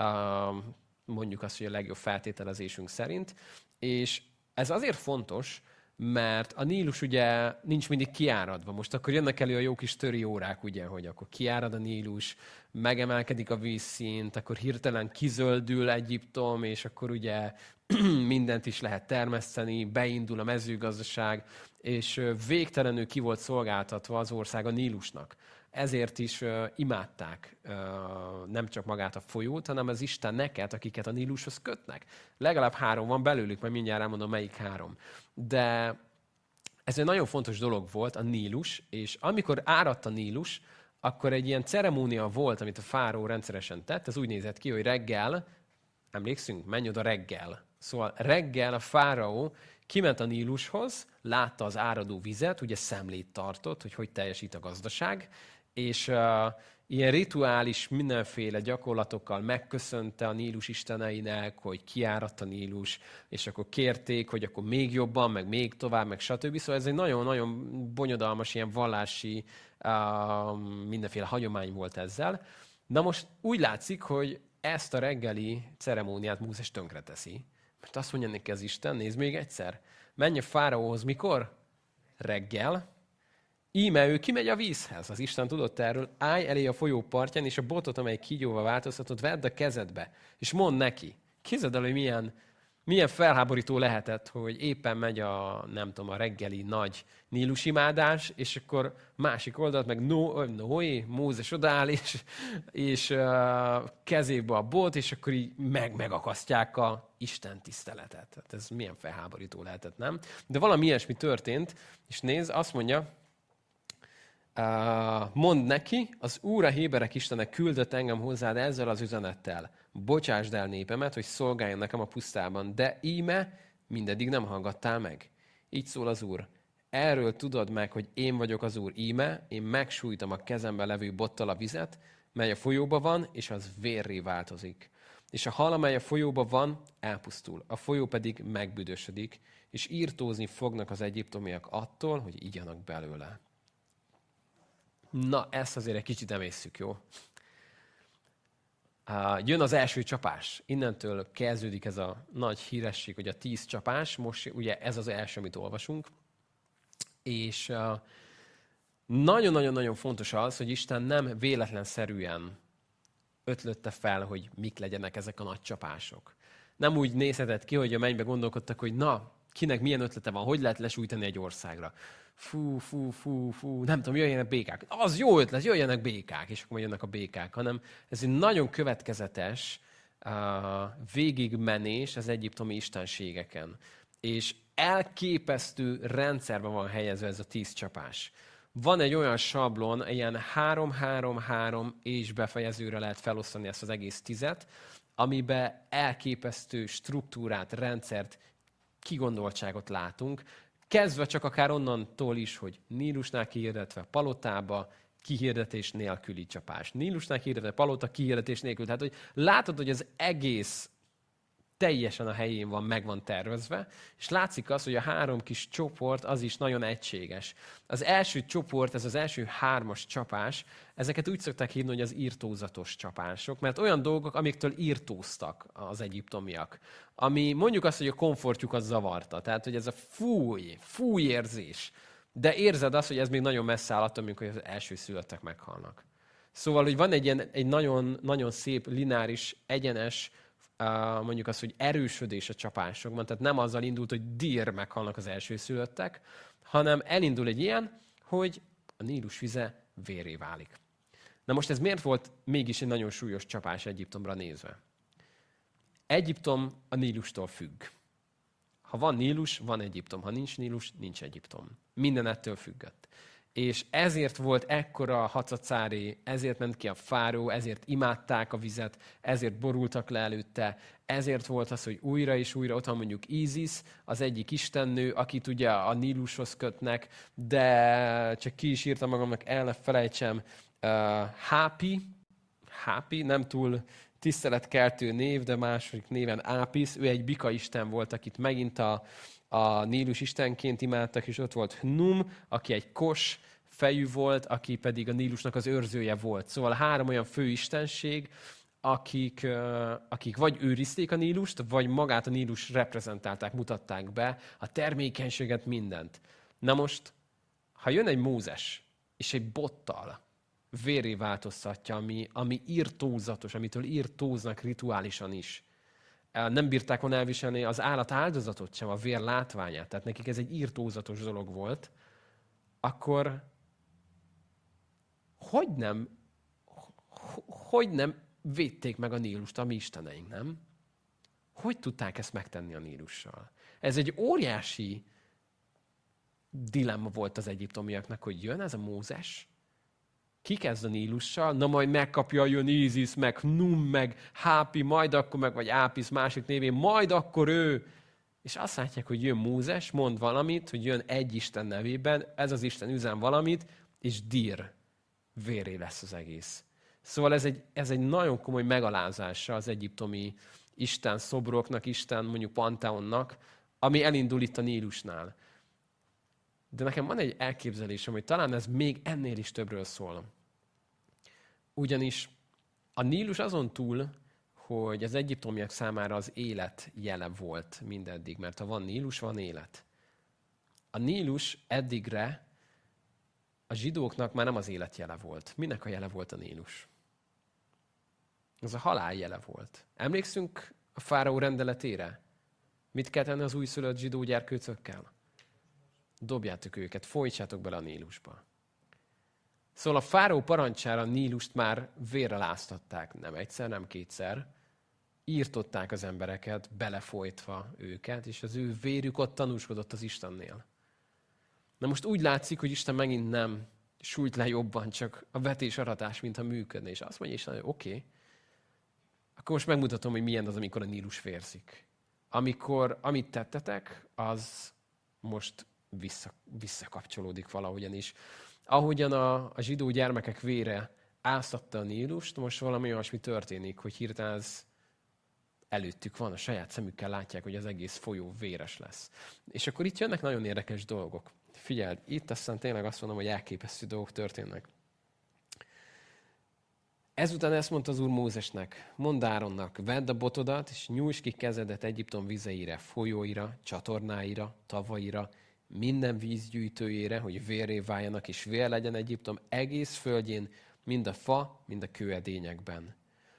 mondjuk azt, hogy a legjobb feltételezésünk szerint, és ez azért fontos, mert a Nílus ugye nincs mindig kiáradva. Most akkor jönnek elő a jó kis töri órák, ugye, hogy akkor kiárad a Nílus, megemelkedik a vízszint, akkor hirtelen kizöldül Egyiptom, és akkor ugye mindent is lehet termeszteni, beindul a mezőgazdaság, és végtelenül ki volt szolgáltatva az ország a Nílusnak. Ezért is uh, imádták uh, nem csak magát a folyót, hanem az istenneket, akiket a Nílushoz kötnek. Legalább három van belőlük, majd mindjárt elmondom, melyik három. De ez egy nagyon fontos dolog volt, a Nílus, és amikor áradt a Nílus, akkor egy ilyen ceremónia volt, amit a fáraó rendszeresen tett. Ez úgy nézett ki, hogy reggel, emlékszünk, menj oda reggel. Szóval reggel a fáraó kiment a Nílushoz, látta az áradó vizet, ugye szemlét tartott, hogy hogy teljesít a gazdaság, és uh, ilyen rituális mindenféle gyakorlatokkal megköszönte a Nílus isteneinek, hogy kiáradt a Nílus, és akkor kérték, hogy akkor még jobban, meg még tovább, meg stb. Szóval ez egy nagyon-nagyon bonyodalmas, ilyen vallási uh, mindenféle hagyomány volt ezzel. Na most úgy látszik, hogy ezt a reggeli ceremóniát Mózes tönkreteszi. Mert azt mondja neki az Isten, nézd még egyszer, menj a fáraóhoz mikor? Reggel. Íme ő kimegy a vízhez. Az Isten tudott erről, állj elé a folyó partján, és a botot, amely kígyóval változtatott, vedd a kezedbe, és mondd neki. Képzeld el, hogy milyen, milyen felháborító lehetett, hogy éppen megy a, nem tudom, a reggeli nagy Nílusimádás, és akkor másik oldalt meg no, Noé, Mózes odaáll, és, és uh, kezébe a bot, és akkor így meg megakasztják a Isten tiszteletet. Hát ez milyen felháborító lehetett, nem? De valami ilyesmi történt, és nézd, azt mondja, Uh, mondd neki, az Úr a héberek Istene küldött engem hozzád ezzel az üzenettel. Bocsásd el népemet, hogy szolgáljon nekem a pusztában, de íme mindeddig nem hallgattál meg. Így szól az Úr. Erről tudod meg, hogy én vagyok az Úr. Íme, én megsújtom a kezembe levő bottal a vizet, mely a folyóba van, és az vérré változik. És a hal, amely a folyóban van, elpusztul. A folyó pedig megbüdösödik, és írtózni fognak az egyiptomiak attól, hogy igyanak belőle. Na, ezt azért egy kicsit emészszük, jó? Uh, jön az első csapás. Innentől kezdődik ez a nagy híresség, hogy a tíz csapás. Most ugye ez az első, amit olvasunk. És uh, nagyon-nagyon-nagyon fontos az, hogy Isten nem véletlenszerűen ötlötte fel, hogy mik legyenek ezek a nagy csapások. Nem úgy nézhetett ki, hogy a mennybe gondolkodtak, hogy na, kinek milyen ötlete van, hogy lehet lesújtani egy országra. Fú, fú, fú, fú, nem tudom, jöjjenek békák. Az jó ötlet, jöjjenek békák, és akkor jönnek a békák. Hanem ez egy nagyon következetes uh, végigmenés az egyiptomi istenségeken. És elképesztő rendszerben van helyezve ez a tíz csapás. Van egy olyan sablon, ilyen három-három-három és befejezőre lehet felosztani ezt az egész tizet, amiben elképesztő struktúrát, rendszert, kigondoltságot látunk, kezdve csak akár onnantól is, hogy Nílusnál kihirdetve palotába, kihirdetés nélküli csapás. Nílusnál kihirdetve palota, kihirdetés nélkül. Tehát, hogy látod, hogy az egész teljesen a helyén van, meg van tervezve, és látszik az, hogy a három kis csoport az is nagyon egységes. Az első csoport, ez az első hármas csapás, ezeket úgy szokták hívni, hogy az írtózatos csapások, mert olyan dolgok, amiktől írtóztak az egyiptomiak, ami mondjuk azt, hogy a komfortjukat zavarta, tehát hogy ez a fúj, fúj érzés, de érzed azt, hogy ez még nagyon messze áll attól, amikor az első szülöttek meghalnak. Szóval, hogy van egy, ilyen, egy nagyon, nagyon szép, lineáris, egyenes, Uh, mondjuk azt, hogy erősödés a csapásokban, tehát nem azzal indult, hogy dír meghalnak az elsőszülöttek, hanem elindul egy ilyen, hogy a Nílus vize vérré válik. Na most ez miért volt mégis egy nagyon súlyos csapás Egyiptomra nézve? Egyiptom a Nílustól függ. Ha van Nílus, van Egyiptom. Ha nincs Nílus, nincs Egyiptom. Minden ettől függött. És ezért volt ekkora hacacári, ezért ment ki a fáraó, ezért imádták a vizet, ezért borultak le előtte, ezért volt az, hogy újra és újra ott van mondjuk Ízisz, az egyik istennő, akit ugye a Nílushoz kötnek, de csak ki is írtam magamnak, el ne felejtsem, uh, Hápi, Hápi, nem túl tiszteletkeltő név, de második néven Ápisz, ő egy bika isten volt, akit megint a a Nílus istenként imádtak, és ott volt Hnum, aki egy kos fejű volt, aki pedig a Nílusnak az őrzője volt. Szóval három olyan főistenség, akik, akik vagy őrizték a Nílust, vagy magát a Nílus reprezentálták, mutatták be, a termékenységet, mindent. Na most, ha jön egy Mózes, és egy bottal vérré változtatja, ami, ami írtózatos, amitől írtóznak rituálisan is, nem bírták volna elviselni az állat áldozatot sem, a vér látványát, tehát nekik ez egy írtózatos dolog volt, akkor hogy nem, hogy nem védték meg a Nílust a mi isteneink, nem? Hogy tudták ezt megtenni a Nílussal? Ez egy óriási dilemma volt az egyiptomiaknak, hogy jön ez a Mózes, kikezd a Nílussal, na majd megkapja, jön Ízisz, meg Num, meg Hápi, majd akkor meg, vagy Ápisz másik névén, majd akkor ő. És azt látják, hogy jön Mózes, mond valamit, hogy jön egy Isten nevében, ez az Isten üzen valamit, és dír, vérré lesz az egész. Szóval ez egy, ez egy nagyon komoly megalázása az egyiptomi Isten szobroknak, Isten mondjuk Panteonnak, ami elindul itt a Nílusnál. De nekem van egy elképzelésem, hogy talán ez még ennél is többről szól. Ugyanis a Nílus azon túl, hogy az egyiptomiak számára az élet jele volt mindeddig, mert ha van Nílus, van élet. A Nílus eddigre a zsidóknak már nem az élet jele volt. Minek a jele volt a Nílus? Az a halál jele volt. Emlékszünk a fáraó rendeletére? Mit kell tenni az újszülött zsidó gyerkőcökkel? Dobjátok őket, folytsátok bele a Nílusba. Szóval a fáraó parancsára a Nílust már vérre láztatták, nem egyszer, nem kétszer. Írtották az embereket, belefolytva őket, és az ő vérük ott tanúskodott az Istennél. Na most úgy látszik, hogy Isten megint nem sújt le jobban, csak a vetés-aratás, mintha működne. És azt mondja Isten, hogy oké, okay, akkor most megmutatom, hogy milyen az, amikor a Nílus vérzik. Amikor, amit tettetek, az most vissza, visszakapcsolódik valahogyan is. Ahogyan a, a zsidó gyermekek vére áztatta a Nílust, most valami olyasmi történik, hogy hirtelen ez előttük van, a saját szemükkel látják, hogy az egész folyó véres lesz. És akkor itt jönnek nagyon érdekes dolgok. Figyeld, itt aztán tényleg azt mondom, hogy elképesztő dolgok történnek. Ezután ezt mondta az Úr Mózesnek, mondd Áronnak, vedd a botodat, és nyújtsd ki kezedet Egyiptom vizeire, folyóira, csatornáira, tavaira, minden vízgyűjtőjére, hogy vérré váljanak, és vér legyen Egyiptom egész földjén, mind a fa, mind a kőedényekben.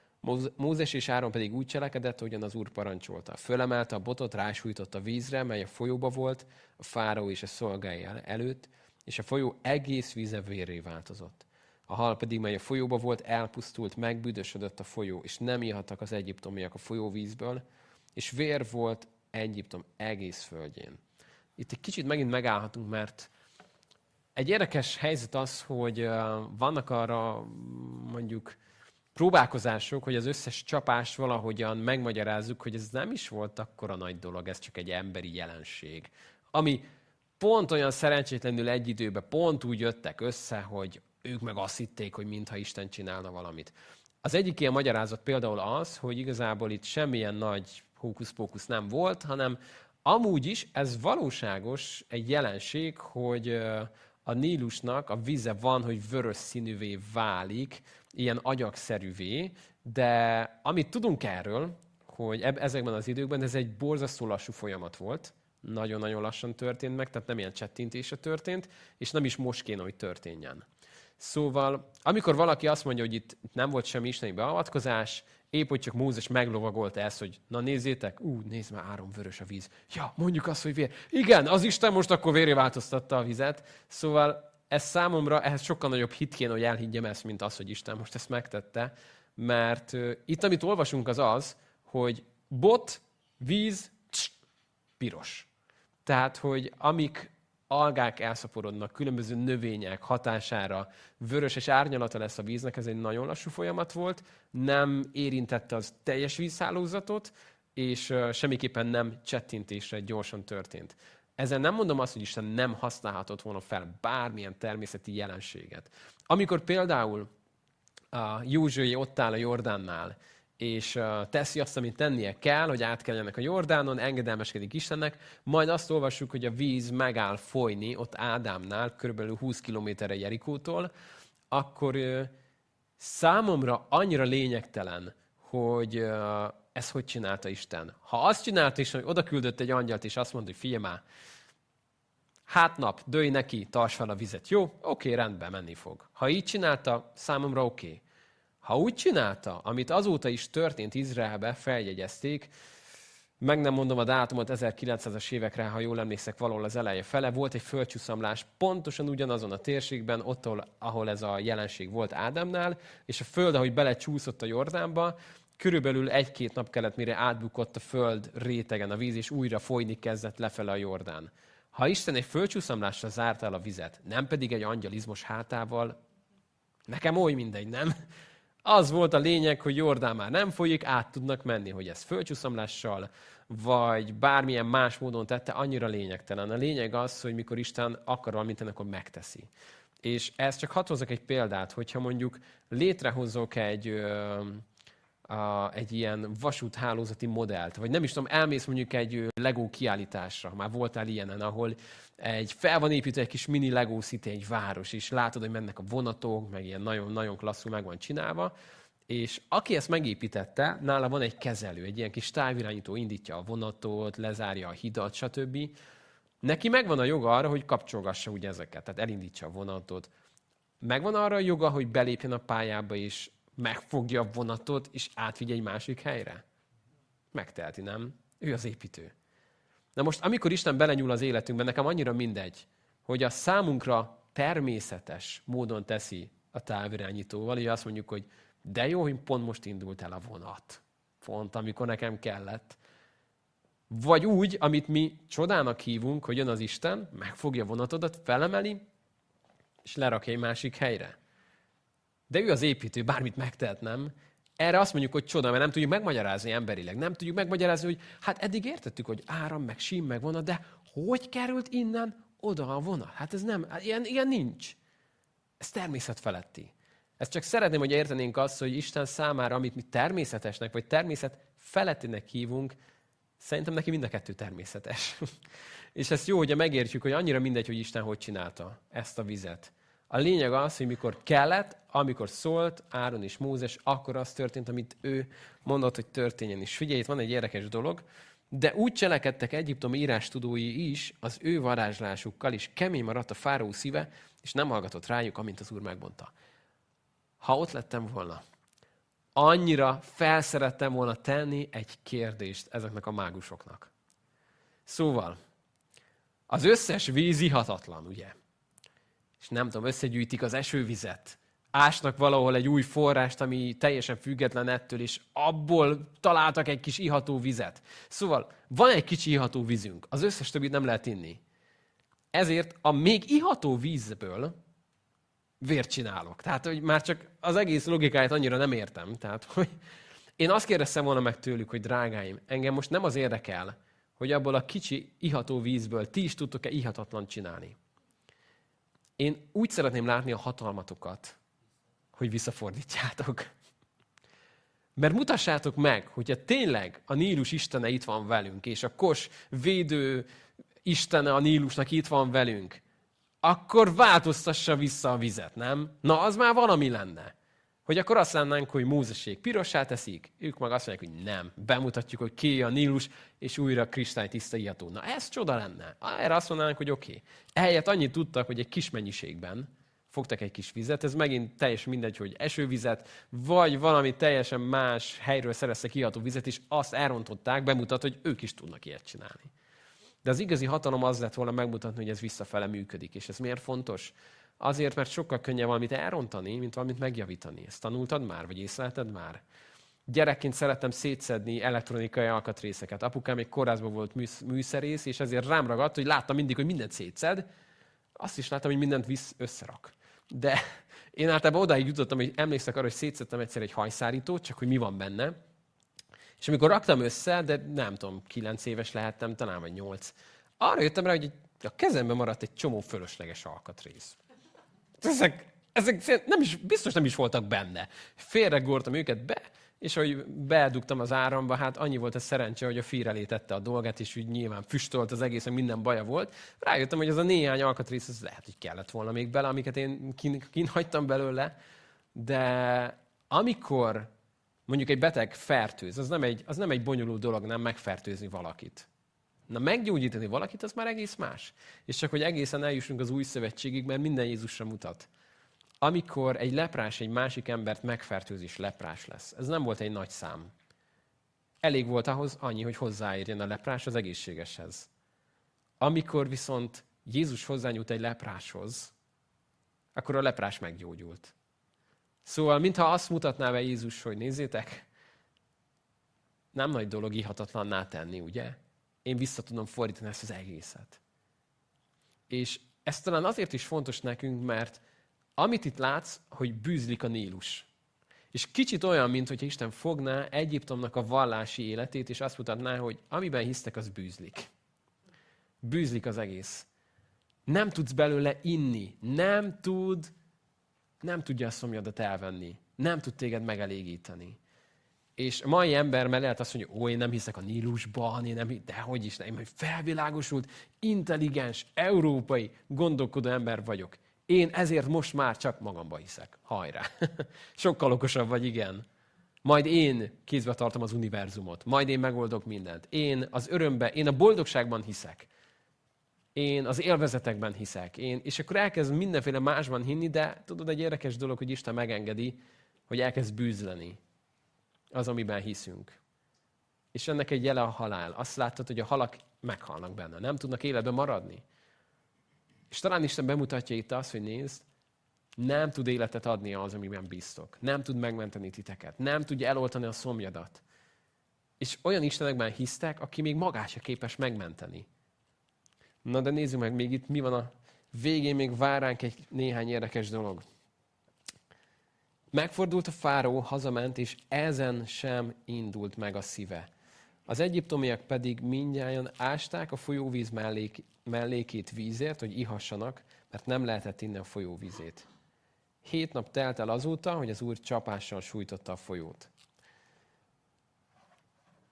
Mózes és Áron pedig úgy cselekedett, ahogyan az Úr parancsolta. Fölemelte a botot, rásújtott a vízre, mely a folyóba volt, a fáraó és a szolgái előtt, és a folyó egész víze vérré változott. A hal pedig, mely a folyóba volt, elpusztult, megbüdösödött a folyó, és nem ihattak az egyiptomiak a folyóvízből, és vér volt Egyiptom egész földjén. Itt egy kicsit megint megállhatunk, mert egy érdekes helyzet az, hogy vannak arra mondjuk próbálkozások, hogy az összes csapást valahogyan megmagyarázzuk, hogy ez nem is volt akkora nagy dolog, ez csak egy emberi jelenség. Ami pont olyan szerencsétlenül egy időben pont úgy jöttek össze, hogy ők meg azt hitték, hogy mintha Isten csinálna valamit. Az egyik ilyen magyarázat például az, hogy igazából itt semmilyen nagy hókusz-pókusz nem volt, hanem amúgy is ez valóságos egy jelenség, hogy a Nílusnak a víze van, hogy vörös színűvé válik, ilyen agyagszerűvé, de amit tudunk erről, hogy ezekben az időkben ez egy borzasztó lassú folyamat volt, nagyon-nagyon lassan történt meg, tehát nem ilyen csettintésre történt, és nem is most kéne, hogy történjen. Szóval, amikor valaki azt mondja, hogy itt nem volt semmi isteni beavatkozás, épp hogy csak Mózes meglovagolta ezt, hogy na nézzétek, ú, nézd már, Áron, vörös a víz. Ja, mondjuk azt, hogy vér. Igen, az Isten most akkor vérré változtatta a vizet. Szóval ez számomra, ehhez sokkal nagyobb hit kéne, hogy elhiggyem ezt, mint az, hogy Isten most ezt megtette. Mert uh, itt, amit olvasunk, az az, hogy bot, víz, css, piros. Tehát, hogy amik algák elszaporodnak, különböző növények hatására vörös és árnyalata lesz a víznek, ez egy nagyon lassú folyamat volt, nem érintette az teljes vízhálózatot, és semmiképpen nem csettintésre gyorsan történt. Ezzel nem mondom azt, hogy Isten nem használhatott volna fel bármilyen természeti jelenséget. Amikor például a Józsué ott áll a Jordánnál, és teszi azt, amit tennie kell, hogy átkeljenek a Jordánon, engedelmeskedik Istennek, majd azt olvassuk, hogy a víz megáll folyni ott Ádámnál, körülbelül húsz kilométerre Jerikótól, akkor számomra annyira lényegtelen, hogy ezt hogy csinálta Isten. Ha azt csinálta Isten, hogy oda küldött egy angyalt, és azt mondta, hogy figyelj már, hátnap, dőj neki, tarts fel a vizet. Jó, oké, rendben, menni fog. Ha így csinálta, számomra oké. Ha úgy csinálta, amit azóta is történt Izraelbe, feljegyezték, meg nem mondom a dátumot, ezerkilencszázas évekre, ha jól emlékszek, valahol az eleje fele, volt egy földcsúszamlás pontosan ugyanazon a térségben, ott, ahol ez a jelenség volt Ádámnál, és a föld, ahogy belecsúszott a Jordánba, körülbelül egy-két nap kellett, mire átbukott a föld rétegen a víz, és újra folyni kezdett lefele a Jordán. Ha Isten egy földcsúszamlásra zárt el a vizet, nem pedig egy angyalizmos hátával, nekem oly mindegy, nem? Az volt a lényeg, hogy Jordán már nem folyik, át tudnak menni, hogy ez földcsúszamlással, vagy bármilyen más módon tette, annyira lényegtelen. A lényeg az, hogy mikor Isten akar valamit, akkor megteszi. És ezt csak hadd hozzak egy példát, hogyha mondjuk létrehozok egy, ö, a, egy ilyen vasúthálózati modellt, vagy nem is tudom, elmész mondjuk egy Lego kiállításra, már voltál ilyenen, ahol egy fel van építve egy kis mini Lego City, egy város, és látod, hogy mennek a vonatok, meg ilyen nagyon-nagyon klasszul meg van csinálva, és aki ezt megépítette, nála van egy kezelő, egy ilyen kis távirányító, indítja a vonatot, lezárja a hidat, stb. Neki megvan a joga arra, hogy kapcsolgassa ugye ezeket, tehát elindítsa a vonatot. Megvan arra a joga, hogy belépjen a pályába, és megfogja a vonatot, és átvigye egy másik helyre? Megteheti, nem? Ő az építő. Na most, amikor Isten belenyúl az életünkben, nekem annyira mindegy, hogy a számunkra természetes módon teszi a távirányítóval, hogy azt mondjuk, hogy de jó, hogy pont most indult el a vonat. Pont amikor nekem kellett. Vagy úgy, amit mi csodának hívunk, hogy jön az Isten, megfogja a vonatodat, felemeli, és lerakja egy másik helyre. De ő az építő, bármit megtehet, nem? Erre azt mondjuk, hogy csoda, mert nem tudjuk megmagyarázni emberileg. Nem tudjuk megmagyarázni, hogy hát eddig értettük, hogy áram, meg sím, meg vonat, de hogy került innen oda a vonat? Hát ez nem, ilyen, ilyen nincs. Ez természet feletti. Ezt csak szeretném, hogy értenénk azt, hogy Isten számára, amit mi természetesnek, vagy természet felettinek hívunk, szerintem neki mind a kettő természetes. És ezt jó, hogy megértjük, hogy annyira mindegy, hogy Isten hogy csinálta ezt a vizet. A lényeg az, hogy mikor kellett, amikor szólt Áron és Mózes, akkor az történt, amit ő mondott, hogy történjen is. Figyelj, itt van egy érdekes dolog, de úgy cselekedtek Egyiptom írástudói is, az ő varázslásukkal is kemény maradt a fáraó szíve, és nem hallgatott rájuk, amint az Úr megmondta. Ha ott lettem volna, annyira felszerettem volna tenni egy kérdést ezeknek a mágusoknak. Szóval, az összes víz ihatatlan, ugye? És nem tudom, összegyűjtik az esővizet, ásnak valahol egy új forrást, ami teljesen független ettől, és abból találtak egy kis iható vizet. Szóval van egy kicsi iható vízünk, az összes többit nem lehet inni. Ezért a még iható vízből vért csinálok. Tehát, hogy már csak az egész logikáját annyira nem értem. Tehát, hogy én azt kérdeztem volna meg tőlük, hogy drágáim, engem most nem az érdekel, hogy abból a kicsi iható vízből ti is tudtok-e ihatatlan csinálni. Én úgy szeretném látni a hatalmatokat, hogy visszafordítjátok. Mert mutassátok meg, hogyha tényleg a Nílus istene itt van velünk, és a Kos védő istene a Nílusnak itt van velünk, akkor változtassa vissza a vizet, nem? Na, az már valami lenne. Hogy akkor azt lennánk, hogy Mózesék pirossá teszik, ők meg azt mondják, hogy nem. Bemutatjuk, hogy ki a Nílus, és újra kristálytiszta iható. Na, ez csoda lenne. Erre azt mondanánk, hogy oké. Okay. Ehelyett annyit tudtak, hogy egy kis mennyiségben fogtak egy kis vizet, ez megint teljesen mindegy, hogy esővizet, vagy valami teljesen más helyről szereztek iható vizet, és azt elrontották, bemutat, hogy ők is tudnak ilyet csinálni. De az igazi hatalom az lett volna megmutatni, hogy ez visszafele működik. És ez miért fontos? Azért, mert sokkal könnyebb valamit elrontani, mint valamit megjavítani. Ezt tanultad már, vagy észlelted már? Gyerekként szerettem szétszedni elektronikai alkatrészeket. Apukám egy kórházban volt műsz, műszerész, és ezért rám ragadt, hogy láttam mindig, hogy mindent szétszed. Azt is láttam, hogy mindent visz összerak. De én általában odáig jutottam, hogy emlékszek arra, hogy szétszedtem egyszer egy hajszárítót, csak hogy mi van benne. És amikor raktam össze, de nem tudom, kilenc éves lehettem, talán vagy nyolc, arra jöttem rá, hogy a kezemben maradt egy csomó fölösleges alkatrész. Ezek, ezek nem is, biztos nem is voltak benne. Félre górtam őket be, és ahogy bedugtam az áramba, hát annyi volt a szerencse, hogy a fír elé tette a dolgát, és úgy nyilván füstölt az egész, minden baja volt. Rájöttem, hogy az a néhány alkatrész, ez lehet, hogy kellett volna még bele, amiket én kin, kinhagytam belőle. De amikor mondjuk egy beteg fertőz, az nem egy, az nem egy bonyolult dolog, nem megfertőzni valakit. Na, meggyógyítani valakit, az már egész más. És csak, hogy egészen eljussunk az új szövetségig, mert minden Jézusra mutat. Amikor egy leprás egy másik embert megfertőz és leprás lesz. Ez nem volt egy nagy szám. Elég volt ahhoz annyi, hogy hozzáérjen a leprás az egészségeshez. Amikor viszont Jézus hozzányújt egy lepráshoz, akkor a leprás meggyógyult. Szóval, mintha azt mutatná be Jézus, hogy nézzétek, nem nagy dolog ihatatlanná tenni, ugye? Én vissza tudom fordítani ezt az egészet. És ez talán azért is fontos nekünk, mert amit itt látsz, hogy bűzlik a Nílus. És kicsit olyan, mint hogyha Isten fogná Egyiptomnak a vallási életét, és azt mutatná, hogy amiben hisztek, az bűzlik. Bűzlik az egész. Nem tudsz belőle inni. Nem tud, nem tudja a szomjadat elvenni. Nem tud téged megelégíteni. És a mai ember mellett lehet azt mondja, ó, én nem hiszek a Nílusban, én nem, de hogy is, nem, hogy felvilágosult, intelligens, európai, gondolkodó ember vagyok. Én ezért most már csak magamba hiszek. Hajrá! Sokkal okosabb vagy, igen. Majd én kézbe tartom az univerzumot. Majd én megoldok mindent. Én az örömben, én a boldogságban hiszek. Én az élvezetekben hiszek. Én, és akkor elkezd mindenféle másban hinni, de tudod, egy érdekes dolog, hogy Isten megengedi, hogy elkezd bűzleni az, amiben hiszünk. És ennek egy jele a halál. Azt láttad, hogy a halak meghalnak benne. Nem tudnak életben maradni. És talán Isten bemutatja itt azt, hogy nézd, nem tud életet adni az, amiben bíztok. Nem tud megmenteni titeket. Nem tudja eloltani a szomjadat. És olyan istenekben hisztek, aki még magát se képes megmenteni. Na de nézzük meg, még itt mi van a végén, még vár ránk egy néhány érdekes dolog. Megfordult a fáraó, hazament, és ezen sem indult meg a szíve. Az egyiptomiak pedig mindnyájan ásták a folyóvíz mellék, mellékét vízért, hogy ihassanak, mert nem lehetett inni a folyóvízét. Hét nap telt el azóta, hogy az Úr csapással sújtotta a folyót.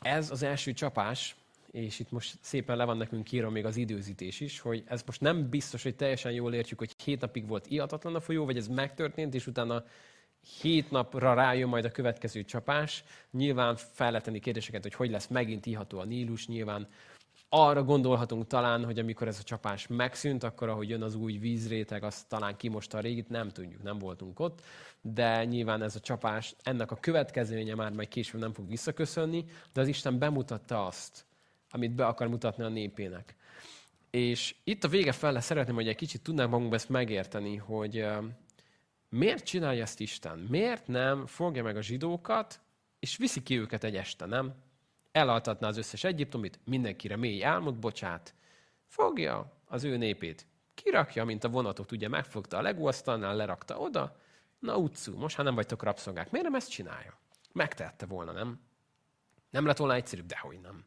ez az első csapás, és itt most szépen le van nekünk írva még az időzítés is, hogy ez most nem biztos, hogy teljesen jól értjük, hogy hét napig volt ihatatlan a folyó, vagy ez megtörtént, és utána hét napra rájön majd a következő csapás. Nyilván fel lehet tenni kérdéseket, hogy hogy lesz megint iható a Nílus. Nyilván arra gondolhatunk talán, hogy amikor ez a csapás megszűnt, akkor ahogy jön az új vízréteg, azt talán kimosta a régit, nem tudjuk, nem voltunk ott. De nyilván ez a csapás, ennek a következménye már majd később nem fog visszaköszönni, de az Isten bemutatta azt, amit be akar mutatni a népének. És itt a vége fele szeretném, hogy egy kicsit tudnánk magunkba ezt megérteni, hogy uh, miért csinálja ezt Isten? Miért nem fogja meg a zsidókat, és viszi ki őket egy este, nem? Elaltatná az összes egyiptomit, mindenkire mély álmot bocsát, fogja az ő népét, kirakja, mint a vonatot, ugye megfogta a legóasztalnál, lerakta oda, na utcú, most hát nem vagytok rabszolgák. Miért nem ezt csinálja? Megtehette volna, nem? Nem lett volna egyszerűbb, dehogy nem.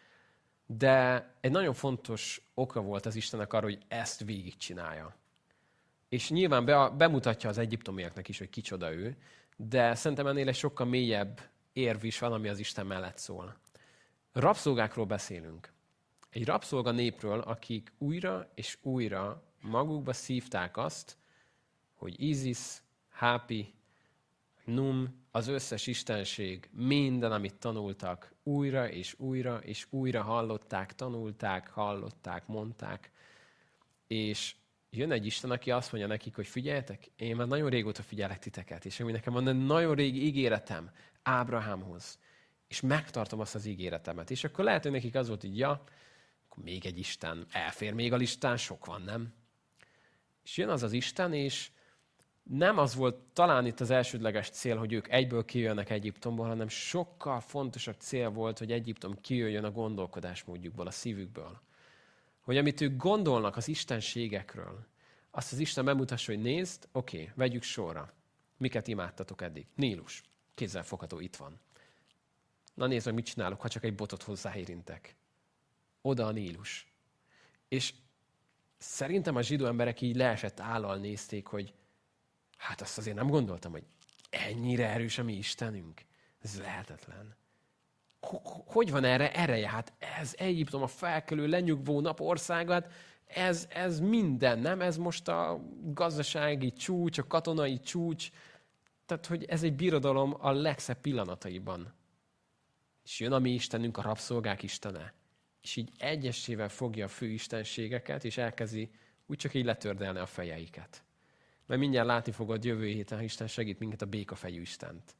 De egy nagyon fontos oka volt az Istennek arra, hogy ezt végigcsinálja. És nyilván be, bemutatja az egyiptomiaknak is, hogy kicsoda ő, de szerintem ennél egy sokkal mélyebb érv is van, ami az Isten mellett szól. Rabszolgákról beszélünk. Egy rabszolga népről, akik újra és újra magukba szívták azt, hogy Isis, Hápi, Num, az összes istenség, minden, amit tanultak, újra és újra és újra hallották, tanulták, hallották, mondták. És jön egy Isten, aki azt mondja nekik, hogy figyeljetek, én már nagyon régóta figyelek titeket, és ami nekem van egy nagyon régi ígéretem Ábrahámhoz, és megtartom azt az ígéretemet. És akkor lehet, hogy nekik az volt, hogy ja, akkor még egy Isten, elfér még a listán, sok van, nem? És jön az az Isten, és nem az volt talán itt az elsődleges cél, hogy ők egyből kijönnek Egyiptomból, hanem sokkal fontosabb cél volt, hogy Egyiptom kijöjjön a gondolkodásmódjukból, a szívükből. Hogy amit ők gondolnak az istenségekről, azt az Isten bemutassa, hogy nézd, oké, okay, vegyük sorra. Miket imádtatok eddig? Nílus. Kézzelfogható, itt van. Na nézd meg, mit csinálok, ha csak egy botot hozzáérintek. Oda a Nílus. És szerintem a zsidó emberek így leesett állal nézték, hogy hát azt azért nem gondoltam, hogy ennyire erős a mi Istenünk. Ez lehetetlen. Hogy van erre ereje? Hát ez Egyiptom, a felkelő, lenyugvó nap országát, ez, ez minden, nem? Ez most a gazdasági csúcs, a katonai csúcs. Tehát, hogy ez egy birodalom a legszebb pillanataiban. És jön a mi Istenünk, a rabszolgák Istene. És így egyesével fogja a fő istenségeket, és elkezdi úgy csak így letördelni a fejeiket. Mert mindjárt látni fogod jövő héten, ha Isten segít minket, a békafejű Istent.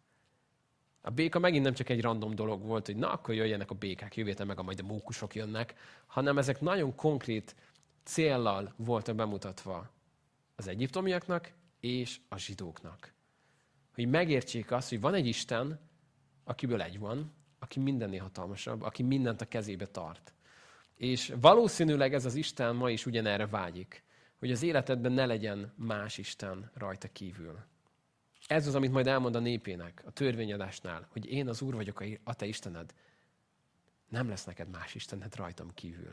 A béka megint nem csak egy random dolog volt, hogy na, akkor jöjjenek a békák, jövő héten meg a majd a mókusok jönnek, hanem ezek nagyon konkrét céllal voltak bemutatva az egyiptomiaknak és a zsidóknak. Hogy megértsék azt, hogy van egy Isten, akiből egy van, aki mindennél hatalmasabb, aki mindent a kezébe tart. És valószínűleg ez az Isten ma is ugyanerre vágyik, hogy az életedben ne legyen más Isten rajta kívül. Ez az, amit majd elmond a népének, a törvényadásnál, hogy én az Úr vagyok a te Istened. Nem lesz neked más Istened rajtam kívül.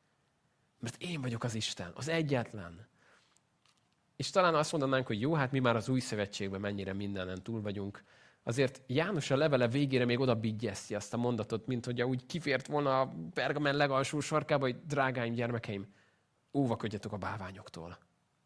Mert én vagyok az Isten, az egyetlen. És talán azt mondanánk, hogy jó, hát mi már az új szövetségben mennyire mindenen túl vagyunk. Azért János a levele végére még oda bigyeszti azt a mondatot, mint hogy úgy kifért volna a pergamen legalsó sarkába, hogy drágáim gyermekeim, óvakodjatok a bálványoktól.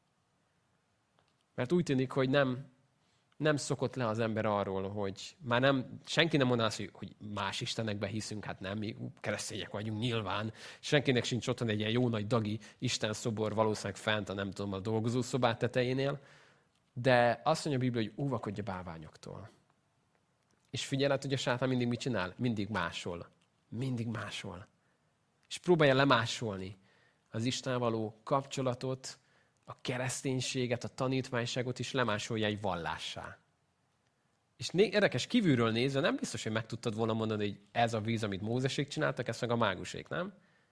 Mert úgy tűnik, hogy nem, nem szokott le az ember arról, hogy már nem, senki nem mondaná azt, hogy, hogy más istenekbe hiszünk, hát nem, mi keresztények vagyunk nyilván. Senkinek sincs otthon egy ilyen jó nagy dagi Isten szobor valószínűleg fent a nem tudom, a dolgozószobát tetejénél. De azt mondja a Biblia, hogy óvakodj a bálványoktól. És figyeled, hogy a sátán mindig mit csinál? Mindig másol. Mindig másol. És próbálja lemásolni az Istennel való kapcsolatot, a kereszténységet, a tanítványságot is lemásolja egy vallássá. És né- érdekes, kívülről nézve nem biztos, hogy meg tudtad volna mondani, hogy ez a víz, amit Mózesék csináltak, ezt meg a mágusék, nem?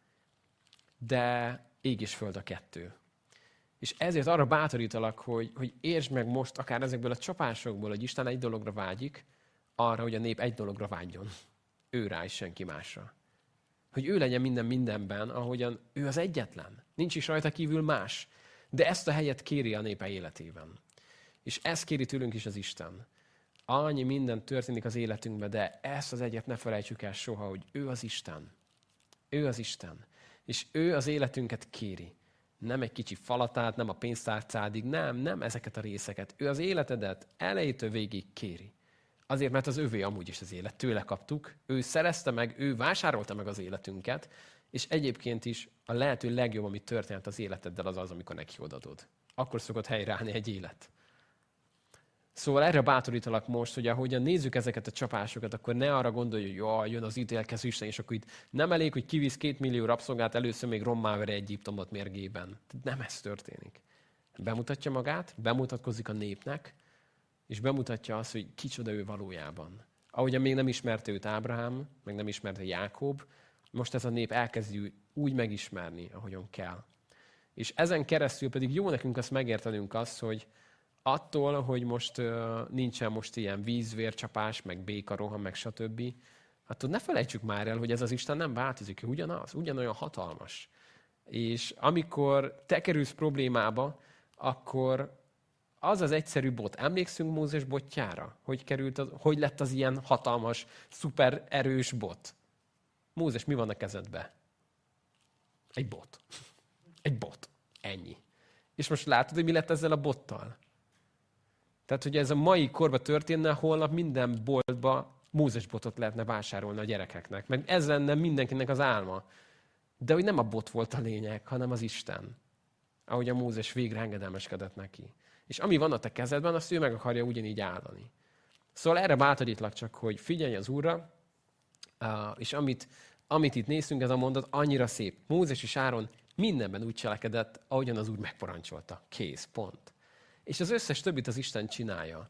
De ég és föld a kettő. És ezért arra bátorítalak, hogy, hogy értsd meg most, akár ezekből a csapásokból, hogy Isten egy dologra vágyik, arra, hogy a nép egy dologra vágyjon. Ő rá és senki másra. Hogy ő legyen minden mindenben, ahogyan ő az egyetlen. Nincs is rajta kívül más. De ezt a helyet kéri a népe életében. És ezt kéri tőlünk is az Isten. Annyi minden történik az életünkben, de ezt az egyet ne felejtsük el soha, hogy ő az Isten. Ő az Isten. És ő az életünket kéri. Nem egy kicsi falatát, nem a pénztárcádig, nem, nem ezeket a részeket. Ő az életedet elejétől végig kéri. Azért, mert az övé amúgy is az élet. Tőle kaptuk, ő szerezte meg, ő vásárolta meg az életünket, és egyébként is a lehető legjobb, ami történt az életeddel, az az, amikor neki odadod. Akkor szokott helyreállni egy élet. Szóval erre bátorítalak most, hogy ahogyan nézzük ezeket a csapásokat, akkor ne arra gondolj, hogy jaj, jön az ítélkező Isten, és akkor itt nem elég, hogy kivisz két millió rabszolgát, először még rommá veri Egyiptomot mérgében. Nem ez történik. Bemutatja magát, bemutatkozik a népnek, és bemutatja azt, hogy kicsoda ő valójában. Ahogyan még nem ismerte őt Ábrahám, meg nem ismerte Jákob, most ez a nép elkezdi úgy megismerni, ahogyan kell. És ezen keresztül pedig jó nekünk azt megértenünk azt, hogy attól, hogy most uh, nincsen most ilyen vízvércsapás, meg békaroham, meg stb., attól ne felejtsük már el, hogy ez az Isten nem változik, ő ugyanaz, ugyanolyan hatalmas. És amikor te kerülsz problémába, akkor az az egyszerű bot. Emlékszünk Mózes botjára? Hogy, került az, hogy lett az ilyen hatalmas, szuper erős bot? Mózes, mi van a kezedbe? Egy bot. Egy bot. Ennyi. És most látod, hogy mi lett ezzel a bottal? Tehát, hogy ez a mai korban történne, holnap minden boltba Mózes botot lehetne vásárolni a gyerekeknek. Meg ez lenne mindenkinek az álma. De hogy nem a bot volt a lényeg, hanem az Isten. Ahogy a Mózes végre engedelmeskedett neki. És ami van a te kezedben, azt ő meg akarja ugyanígy áldani. Szóval erre bátorítlak csak, hogy figyelj az Úrra, és amit, amit itt néztünk, ez a mondat annyira szép. Mózes és Áron mindenben úgy cselekedett, ahogyan az Úr megparancsolta. Kész, pont. És az összes többit az Isten csinálja.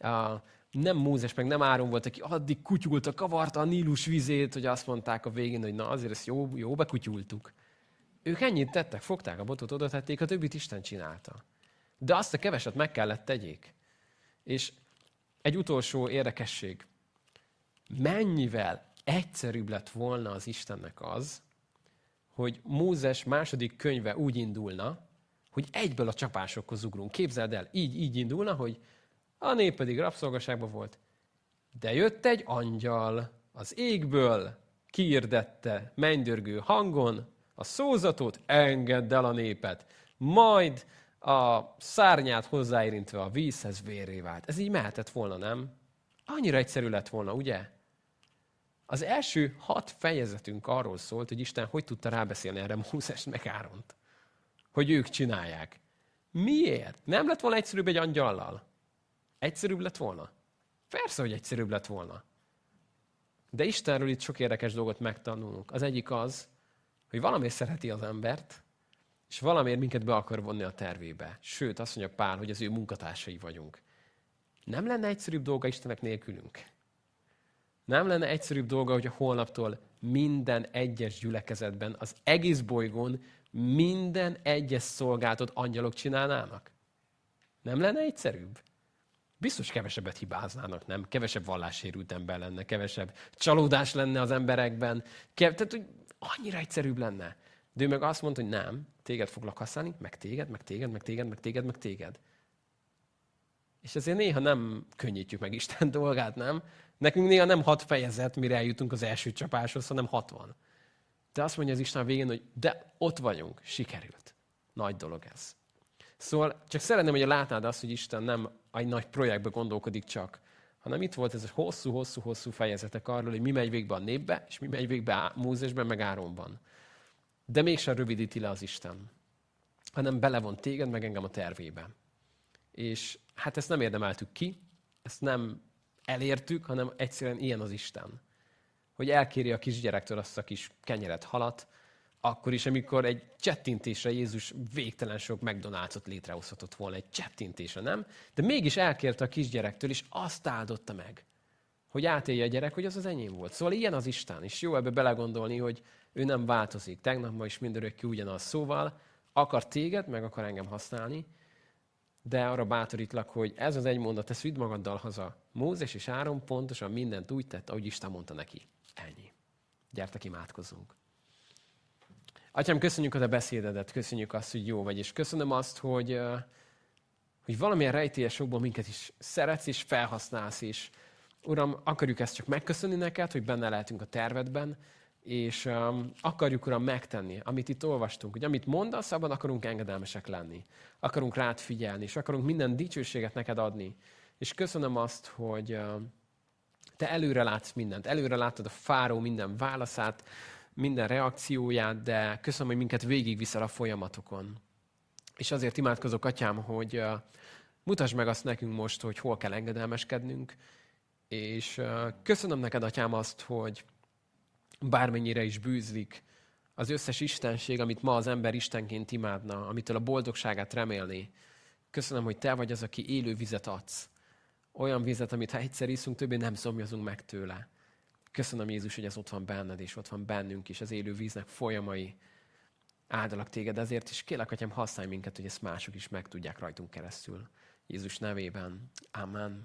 Nem Mózes, meg nem Áron volt, aki addig kutyulta, kavarta a Nílus vizét, hogy azt mondták a végén, hogy na azért ezt jó, jó bekutyultuk. Ők ennyit tettek, fogták a botot, oda tették, a többit Isten csinálta. De azt a keveset meg kellett tegyék. És egy utolsó érdekesség. Mennyivel egyszerűbb lett volna az Istennek az, hogy Mózes második könyve úgy indulna, hogy egyből a csapásokhoz ugrunk. Képzeld el, így, így indulna, hogy a nép pedig rabszolgaságban volt. De jött egy angyal az égből, kiirdette mennydörgő hangon a szózatot, engedd el a népet. Majd a szárnyát hozzáérintve a vízhez vérré vált. Ez így mehetett volna, nem? Annyira egyszerű lett volna, ugye? Az első hat fejezetünk arról szólt, hogy Isten hogy tudta rábeszélni erre Mózest meg Áront. Hogy ők csinálják. Miért? Nem lett volna egyszerűbb egy angyallal? Egyszerűbb lett volna? Persze, hogy egyszerűbb lett volna. De Istenről itt sok érdekes dolgot megtanulunk. Az egyik az, hogy valamiért szereti az embert, és valamiért minket be akar vonni a tervébe. Sőt, azt mondja Pál, hogy az ő munkatársai vagyunk. Nem lenne egyszerűbb dolga Istennek nélkülünk? Nem lenne egyszerűbb dolga, hogy a holnaptól minden egyes gyülekezetben, az egész bolygón minden egyes szolgáltat angyalok csinálnának? Nem lenne egyszerűbb? Biztos kevesebbet hibáznának, nem? Kevesebb vallássérült ember lenne, kevesebb csalódás lenne az emberekben. Kev... Tehát, hogy annyira egyszerűbb lenne. De ő meg azt mondta, hogy nem, téged foglak használni, meg téged, meg téged, meg téged, meg téged, meg téged. És ezért néha nem könnyítjük meg Isten dolgát, nem? Nekünk néha nem hat fejezet, mire eljutunk az első csapáshoz, hanem hatvan. De azt mondja az Isten a végén, hogy de ott vagyunk, sikerült. Nagy dolog ez. Szóval csak szeretném, hogy látnád azt, hogy Isten nem egy nagy projektbe gondolkodik csak, hanem itt volt ez a hosszú-hosszú-hosszú fejezetek arról, hogy mi megy végbe a népbe, és mi megy végbe Mózesben, meg Áronban. De mégsem rövidíti le az Isten, hanem belevon téged, meg engem a tervébe. És hát ezt nem érdemeltük ki, ezt nem elértük, hanem egyszerűen ilyen az Isten. Hogy elkéri a kisgyerektől azt a kis kenyeret, halat, akkor is, amikor egy csettintésre Jézus végtelen sok McDonald's-ot létrehozhatott volna, egy csettintésre, nem? De mégis elkérte a kisgyerektől, és azt áldotta meg, hogy átélje a gyerek, hogy az az enyém volt. Szóval ilyen az Isten, és jó ebbe belegondolni, hogy ő nem változik. Tegnap, ma is mindörökké ugyanaz. Szóval akar téged, meg akar engem használni, de arra bátorítlak, hogy ez az egy mondat, ezt vidd magaddal haza. Mózes és Áron pontosan mindent úgy tett, ahogy Isten mondta neki. Ennyi. Gyertek, imádkozzunk. Atyám, köszönjük a te beszédedet, köszönjük azt, hogy jó vagy, és köszönöm azt, hogy, hogy valamilyen rejtélyes okból minket is szeretsz és felhasználsz is. Uram, akarjuk ezt csak megköszönni neked, hogy benne lehetünk a tervedben, és um, akarjuk, Uram, megtenni, amit itt olvastunk, hogy amit mondasz, abban akarunk engedelmesek lenni. Akarunk rád figyelni, és akarunk minden dicsőséget neked adni. És köszönöm azt, hogy uh, te előre látsz mindent, előre látod a fáró minden válaszát, minden reakcióját, de köszönöm, hogy minket végigviszel a folyamatokon. És azért imádkozok, Atyám, hogy uh, mutasd meg azt nekünk most, hogy hol kell engedelmeskednünk, és uh, köszönöm neked, Atyám, azt, hogy bármennyire is bűzlik az összes istenség, amit ma az ember istenként imádna, amitől a boldogságát remélni. Köszönöm, hogy te vagy az, aki élő vizet adsz. Olyan vizet, amit ha egyszer iszunk, többé nem szomjazunk meg tőle. Köszönöm, Jézus, hogy ez ott van benned, és ott van bennünk is, az élő víznek folyamai. Áldalak téged ezért, és kérlek, Atyám, használj minket, hogy ezt mások is meg tudják rajtunk keresztül. Jézus nevében. Amen.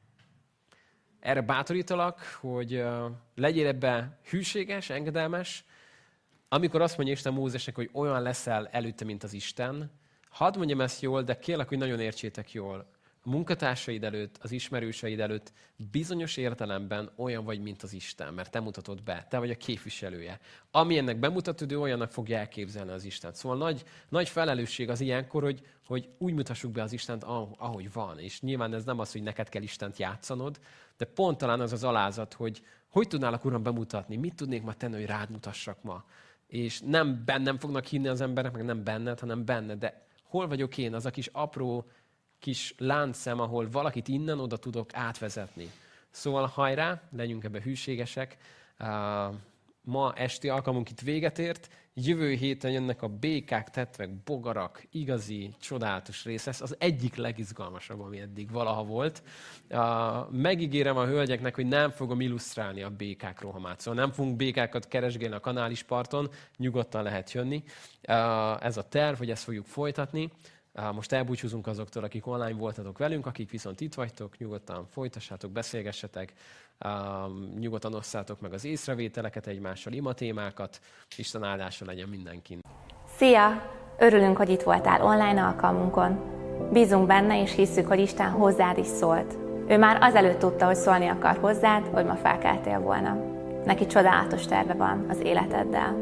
Erre bátorítalak, hogy uh, legyél ebbe hűséges, engedelmes. Amikor azt mondja Isten Mózesnek, hogy olyan leszel előtte, mint az Isten, hadd mondjam ezt jól, de kérlek, hogy nagyon értsétek jól. A munkatársaid előtt, az ismerőseid előtt bizonyos értelemben olyan vagy, mint az Isten, mert te mutatod be, te vagy a képviselője. Ami ennek bemutatod, ő olyannak fogja elképzelni az Istent. Szóval nagy, nagy felelősség az ilyenkor, hogy, hogy úgy mutassuk be az Istent, ahogy van. És nyilván ez nem az, hogy neked kell Istent játszanod, de pont talán az az alázat, hogy hogy tudnálak, Uram, bemutatni, mit tudnék ma tenni, hogy rád mutassak ma. És nem bennem fognak hinni az emberek, meg nem benned, hanem benned. De hol vagyok én, az a kis apró kis láncszem, ahol valakit innen oda tudok átvezetni. Szóval hajrá, legyünk ebbe hűségesek. Uh, ma esti alkalmunk itt véget ért. Jövő héten jönnek a békák, tetvek, bogarak, igazi, csodálatos rész. Ez az egyik legizgalmasabb, ami eddig valaha volt. Uh, megígérem a hölgyeknek, hogy nem fogom illusztrálni a békák rohamát. Szóval nem fogunk békákat keresgélni a kanális parton, nyugodtan lehet jönni. Uh, ez a terv, hogy ezt fogjuk folytatni. Most elbúcsúzunk azoktól, akik online voltatok velünk, akik viszont itt vagytok, nyugodtan folytassátok, beszélgessetek, nyugodtan osszátok meg az észrevételeket egymással, imatémákat, Isten áldása legyen mindenkin. Szia! Örülünk, hogy itt voltál online alkalmunkon. Bízunk benne, és hisszük, hogy Isten hozzád is szólt. Ő már azelőtt tudta, hogy szólni akar hozzád, hogy ma felkeltél volna. Neki csodálatos terve van az életeddel.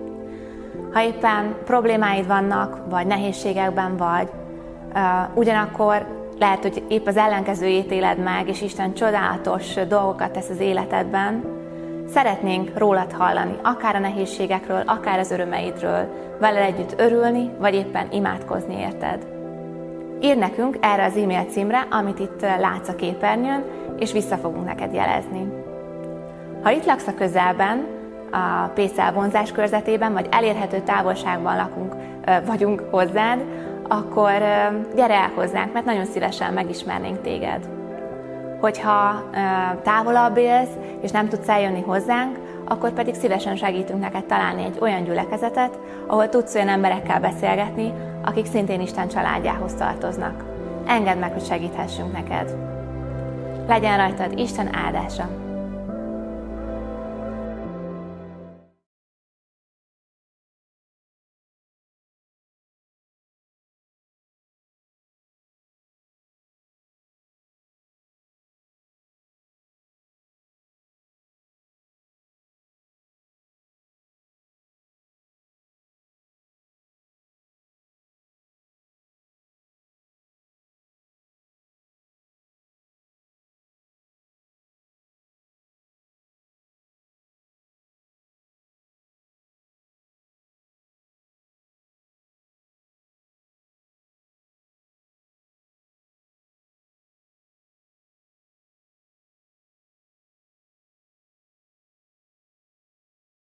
Ha éppen problémáid vannak, vagy nehézségekben vagy, uh, ugyanakkor lehet, hogy épp az ellenkezőjét éled meg, és Isten csodálatos dolgokat tesz az életedben, szeretnénk rólad hallani, akár a nehézségekről, akár az örömeidről, veled együtt örülni, vagy éppen imádkozni érted. Írd nekünk erre az e-mail címre, amit itt látsz a képernyőn, és vissza fogunk neked jelezni. Ha itt laksz a közelben, a Pécel vonzás körzetében, vagy elérhető távolságban lakunk, vagyunk hozzád, akkor gyere el hozzánk, mert nagyon szívesen megismernénk téged. Hogyha távolabb élsz, és nem tudsz eljönni hozzánk, akkor pedig szívesen segítünk neked találni egy olyan gyülekezetet, ahol tudsz olyan emberekkel beszélgetni, akik szintén Isten családjához tartoznak. Engedd meg, hogy segíthessünk neked. Legyen rajtad Isten áldása!